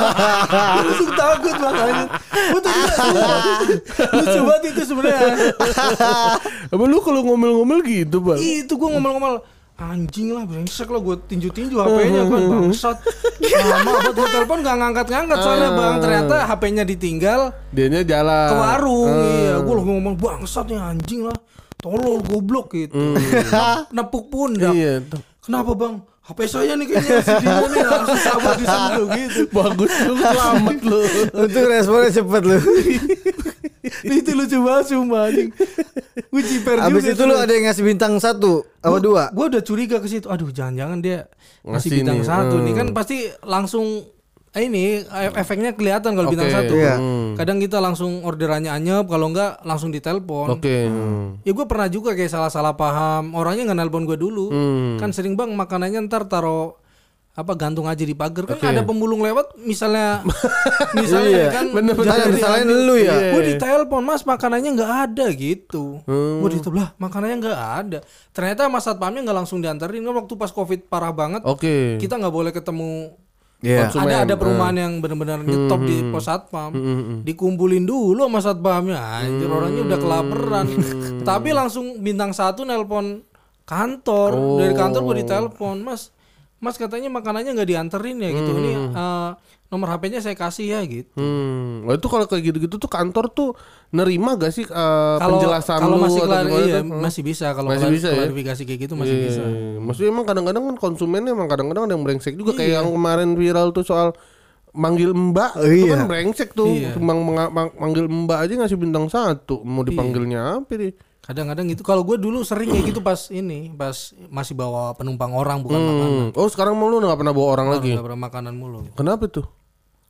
Langsung takut makanya. Betul. Lucu banget itu sebenarnya. Apa lu kalau ngomel-ngomel gitu, Bang? Itu gue ngomel-ngomel, anjing lah, brengsek lah, gue tinju-tinju H P-nya kan, bangsat. Lama buat gue telepon gak ngangkat-ngangkat soalnya bang, ternyata H P-nya ditinggal Dianya jalan ke warung. Ah. Iya, gue lagi ngomong bangsat nih anjing lah, tolol goblok gitu. Nepuk pundak. Iya. tuh. Kenapa bang? H P saya nih kayaknya L C D-nya nih langsung sabar disentuh gitu. Bagus lu, selamat lu. Untuk responnya cepet lu. Itu lucu banget sumpah anjing. Gue ciper juga. Abis itu lu ada yang ngasih bintang satu apa dua? Gue udah curiga ke situ. Aduh, jangan-jangan dia ngasih Ngasih bintang nih, satu hmm. nih, kan pasti langsung eh, ini e- efeknya kelihatan kalau bintang Oke, satu. iya. hmm. Kadang kita langsung orderannya anyep, kalau enggak langsung ditelepon. Oke. hmm. Ya gue pernah juga kayak salah-salah paham. Orangnya nggak nelpon gue dulu. Hmm. Kan sering bang makanannya ntar taro apa gantung aja di pagar, kan Oke. ada pemulung lewat misalnya misalnya Iya. kan Bener-bener jalan disalahin diambil. lu ya? Gue ditelepon, mas makanannya nggak ada gitu. Hmm. Gue ditelepon, lah makanannya nggak ada. Ternyata mas satpamnya nggak langsung dianterin, kan waktu pas covid parah banget. Oke. Kita nggak boleh ketemu. Iya. Konsumen. Ada ada perumahan yang benar-benar nyetop di pos satpam. Dikumpulin dulu sama satpamnya. Anjir, orangnya udah kelaparan. Tapi langsung bintang satu nelpon kantor. Oh. Dari kantor gue ditelepon, mas. Mas katanya makanannya nggak dianterin ya gitu. Ini eh, nomor H P-nya saya kasih ya gitu. Hmm. Wah, itu kalau kayak gitu-gitu tuh kantor tuh nerima gak sih uh, Kalau penjelasan kalau lu masih atau klari, gimana iya, tuh? Hmm. masih bisa kalau Masih klari- bisa ya? klarifikasi kayak gitu masih Iya, bisa. Maksudnya emang kadang-kadang kan konsumen emang kadang-kadang ada yang brengsek juga kayak yang kemarin viral tuh soal manggil mbak, Oh, itu iya. kan brengsek tuh. Iya. Cuma menga- mang- manggil mbak aja ngasih bintang satu, mau dipanggilnya apa nih? Kadang-kadang gitu. Kalau gue dulu sering kayak gitu pas ini, pas masih bawa penumpang orang bukan makanan. Hmm. Oh sekarang mau lu nggak pernah bawa orang lagi? Nggak pernah makanan mulu. Kenapa tuh?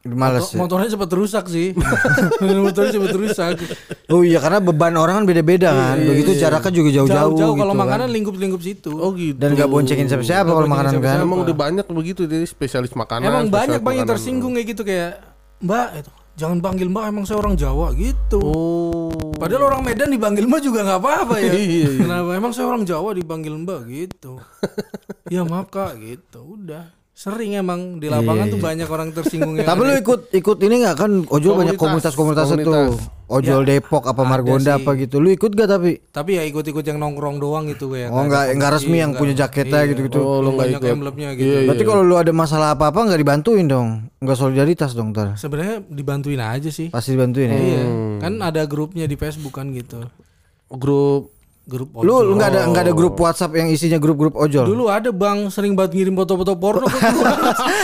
Males Motor, motornya cepat rusak sih. Motornya cepat rusak. Oh iya karena beban orang kan beda-beda kan. Begitu jaraknya juga jauh-jauh. Jauh-jauh gitu kalau kan. makanan lingkup-lingkup situ. Oh gitu. Dan gak boncengin siapa-siapa kalau makanan kan. Emang udah banyak begitu jadi spesialis makanan. Emang spesialis banyak banyak makanan. tersinggung kayak gitu kayak Mbak itu jangan panggil Mbak emang saya orang Jawa gitu. Oh. Padahal orang Medan dipanggil Mbak juga nggak apa-apa ya. Iya, iya. Kenapa emang saya orang Jawa dipanggil Mbak gitu. Ya maaf Kak gitu. Udah. Sering emang di lapangan tuh banyak orang tersinggung yang Tapi lu aneh. ikut ikut ini nggak kan ojol banyak Komunitas, komunitas-komunitas itu. komunitas. Ojol Ya, Depok apa ada Margonda sih. apa gitu. Lu ikut gak tapi? Tapi ya ikut-ikut yang nongkrong doang gitu kayak. Oh enggak enggak resmi yang punya jaketnya gitu-gitu. Oh, lu nggak banyak ikut. emblemnya gitu. Iya, Berarti kalau lu ada masalah apa-apa nggak dibantuin dong? Nggak solidaritas dong ntar. Sebenarnya dibantuin aja sih. Pasti dibantuin ya. Iya. Kan ada grupnya di Facebook kan gitu. Grup Grup Lu ojol. lu nggak ada nggak ada grup WhatsApp yang isinya grup-grup ojol? Dulu ada Bang sering banget ngirim foto-foto porno ke gua.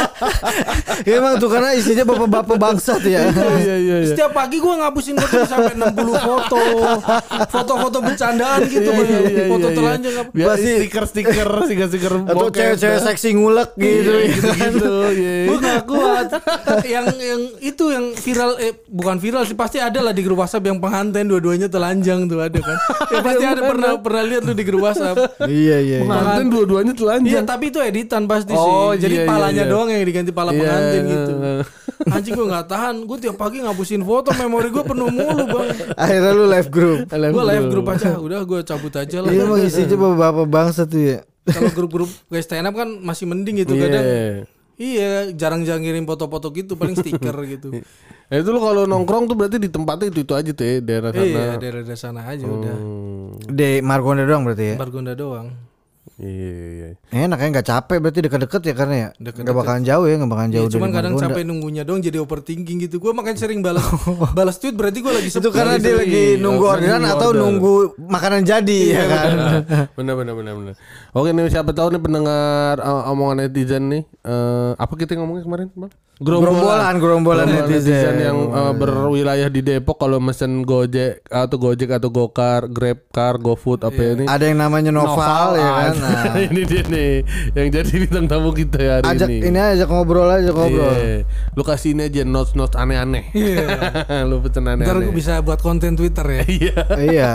Ya, emang tuh karena isinya bapak-bapak bangsat ya. Iya iya iya. Setiap pagi gua ngapusin foto sampai enam puluh foto. Foto-foto bercandaan gitu Iya, Bang. iya, iya, Foto iya. telanjang apa. Biar Pasti- stiker-stiker, stiker-stiker Atau bokep. cewek-cewek seksi ngulek gitu. gitu. Iya. Gue gak kuat. yang yang itu yang viral eh bukan viral sih pasti ada lah di grup WhatsApp yang pengantin dua-duanya telanjang tuh ada kan. Ya pasti ada pernah pernah lihat lu di grup WhatsApp. Iya iya. Pengantin dua-duanya Iya telanjang. tapi itu editan pasti Oh, sih. Jadi iya, iya, palanya iya. doang yang diganti pala Iya, pengantin gitu. iya. Anjing gue nggak tahan. Gue tiap pagi ngapusin foto memori gue penuh mulu bang. Akhirnya lu live group. Gue live grup aja. Udah gue cabut aja lah. Iya emang isinya bapak-bapak bangsat tuh ya. Kalau grup-grup kayak stand up kan masih mending gitu Iya. kadang. Iya jarang-jarang ngirim foto-foto gitu paling stiker gitu. Ya itu lu kalau nongkrong tuh berarti di tempatnya itu itu aja tuh ya, daerah sana. Iya daerah sana aja udah. Hmm. Di Margonda doang berarti ya. Margonda doang. Iya iya. Enak ya nggak capek berarti deket-deket ya karena ya. Deket-deket. Nggak bakalan jauh ya nggak bakalan jauh Iya, cuman dari kadang Margonda. sampai nunggunya doang jadi overthinking gitu. Gue makanya sering balas balas tweet berarti gue lagi Itu sepi. karena dia sering. lagi nunggu Oh, orderan nunggu atau order. nunggu makanan jadi ya kan. Benar benar benar benar. Oke nih siapa tahu nih pendengar uh, omongan netizen nih uh, apa kita ngomongin kemarin bang? Gerombolan, gerombolan netizen. yang uh, berwilayah di Depok kalau mesen Gojek atau Gojek atau Gokar, Grabcar, GoFood apa ini? Ada yang namanya Noval, ya kan. ada. Nah, Ini dia nih yang jadi bintang tamu kita ya hari ajak ini. ini aja ngobrol aja ngobrol. Iya. Lu kasih ini aja notes notes aneh-aneh. Lu pesen Ntar aneh-aneh. bisa buat konten Twitter ya. Iya. Iya.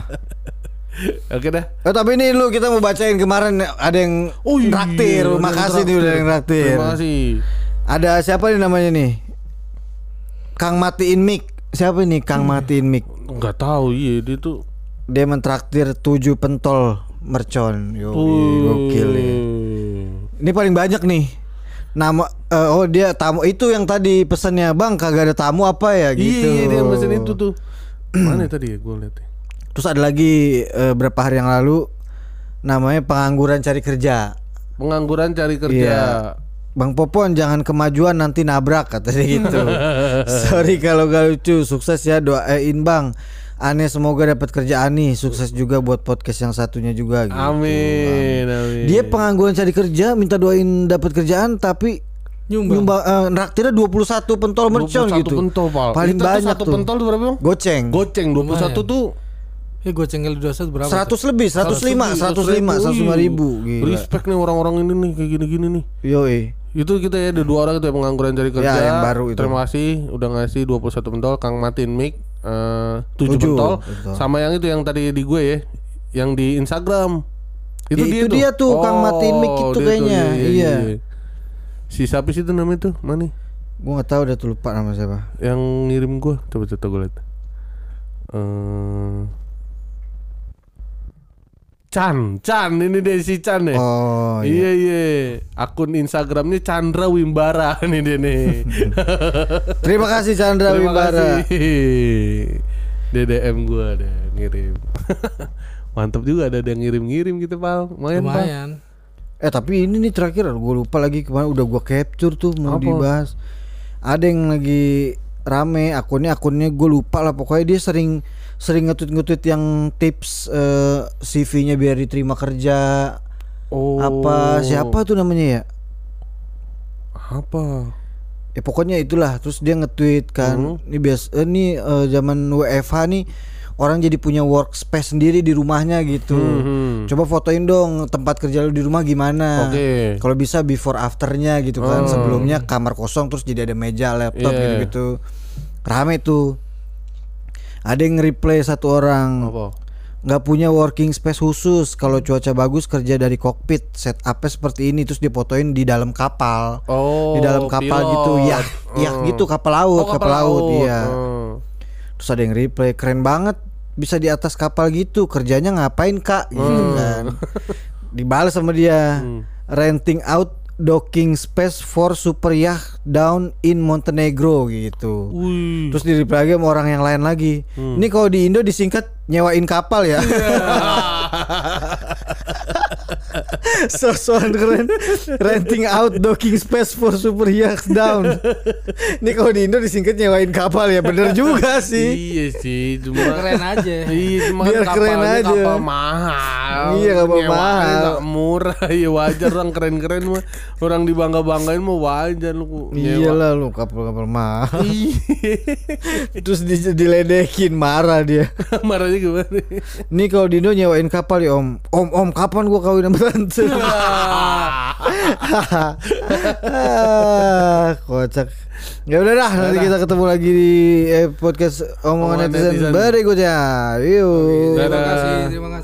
Oke dah. Oh, tapi ini lu kita mau bacain kemarin ada yang Oh iya, traktir. ada yang Makasih nih udah yang traktir. Terima kasih. Ada siapa nih namanya nih? Kang matiin mic. Siapa nih Kang matiin mic? Enggak tahu iya dia tuh. Dia mentraktir tujuh pentol mercon. Yo, gokil ya. Ini paling banyak nih. Nama eh, oh dia tamu itu yang tadi pesannya Bang kagak ada tamu apa ya gitu. Iya, dia yang pesen itu tuh. Mana tadi ya gue lihat. Terus ada lagi eh, berapa hari yang lalu namanya pengangguran cari kerja. Pengangguran cari kerja. Iya. Bang Popon jangan kemajuan nanti nabrak katanya gitu. Sorry kalau gak lucu. Sukses ya doain Bang. Aneh semoga dapat kerjaan nih. Sukses juga buat podcast yang satunya juga gitu. Amin, amin. Dia pengangguran cari kerja minta doain dapat kerjaan tapi Nyumbang. nyumbang eh, naktirnya dua puluh satu pentol mercon dua puluh satu gitu. pentol, Pal. Paling Itu tuh banyak satu tuh. pentol tuh berapa, Bang? Goceng. Goceng dua puluh satu tuh Eh gue cengkel dua satu berapa? seratus lebih, seratus lima, seratus lima, seratus lima ribu. Gila. Respect nih orang-orang ini nih kayak gini-gini nih. Yoi. Itu kita ya ada dua orang itu yang pengangguran cari kerja. Ya, yang baru itu. Terima kasih udah ngasih dua puluh satu pentol. Kang matiin mic eh, tujuh Tujuh pentol. pentol. Sama yang itu yang tadi di gue ya, yang di Instagram. Itu, Ya, dia, itu tuh. dia tuh, Kang matiin mic itu dia tuh, kayaknya. Iya. Si siapa sih itu namanya tuh? Mana? Gua nggak tahu udah tuh lupa nama siapa. Yang ngirim gue. Coba coba gue lihat. Eh Chan, Chan ini dia si Chan ya. Oh Iya iya, akun Instagramnya Chandra Wimbara nih dia nih. Terima kasih Chandra Terima Wimbara. kasih. D D M gua ada ngirim. Mantap juga ada yang ngirim-ngirim gitu Pal. Lumayan, Pal. Lumayan. Eh tapi ini nih terakhir gue lupa lagi kemarin udah gua capture tuh mau Apa? dibahas. Ada yang lagi rame akunnya akunnya gue lupa lah pokoknya dia sering sering nge-tweet-nge-tweet yang tips eh, C V-nya biar diterima kerja. Oh. Apa siapa tuh namanya ya? Apa? Ya pokoknya itulah terus dia nge-tweet kan. Hmm. Ini bias eh, ini eh, zaman W F H nih orang jadi punya workspace sendiri di rumahnya gitu. Hmm. Coba fotoin dong tempat kerja lu di rumah gimana. Okay. Kalau bisa before afternya gitu kan. Hmm. Sebelumnya kamar kosong terus jadi ada meja, laptop yeah. gitu-gitu. Rame tuh. Ada yang nge-replay satu orang. Apa? Nggak punya working space khusus. Kalau cuaca bagus kerja dari kokpit. Setupnya seperti ini. Terus dipotoin di dalam kapal. Oh, di dalam kapal pilot. gitu. Ya, uh. ya gitu kapal laut, oh, kapal, kapal laut, laut. Iya. Uh. Terus ada yang replay, keren banget bisa di atas kapal gitu. Kerjanya ngapain kak? Gitu uh. kan. Dibalas sama dia. Hmm. Renting out docking space for super yacht down in Montenegro gitu. Wih. Terus di reply lagi sama orang yang lain lagi. Hmm. Ini kalau di Indo disingkat nyewain kapal ya. So-soan keren. Renting out docking space for super yacht down. Ini kalau di Indo disingkat nyewain kapal ya. Bener juga sih. Iya sih, cuma keren aja. Iya, cuma biar keren aja. Kapal mahal. Iya, kapal Nyewanya mahal. Gak murah. Ya wajar orang keren-keren mah. Orang dibangga-banggain mah wajar lu. Iyalah lu kapal-kapal mahal. Terus di, diledekin, marah dia. Marahnya gimana? Nih kalau di Indo nyewain kapal ya om. Om om kapan gua kawin sama tante? Kocak. Ya udah dah, nanti kita ketemu lagi di eh, podcast omongan netizen berikutnya. Yuk. Terima kasih, terima kasih.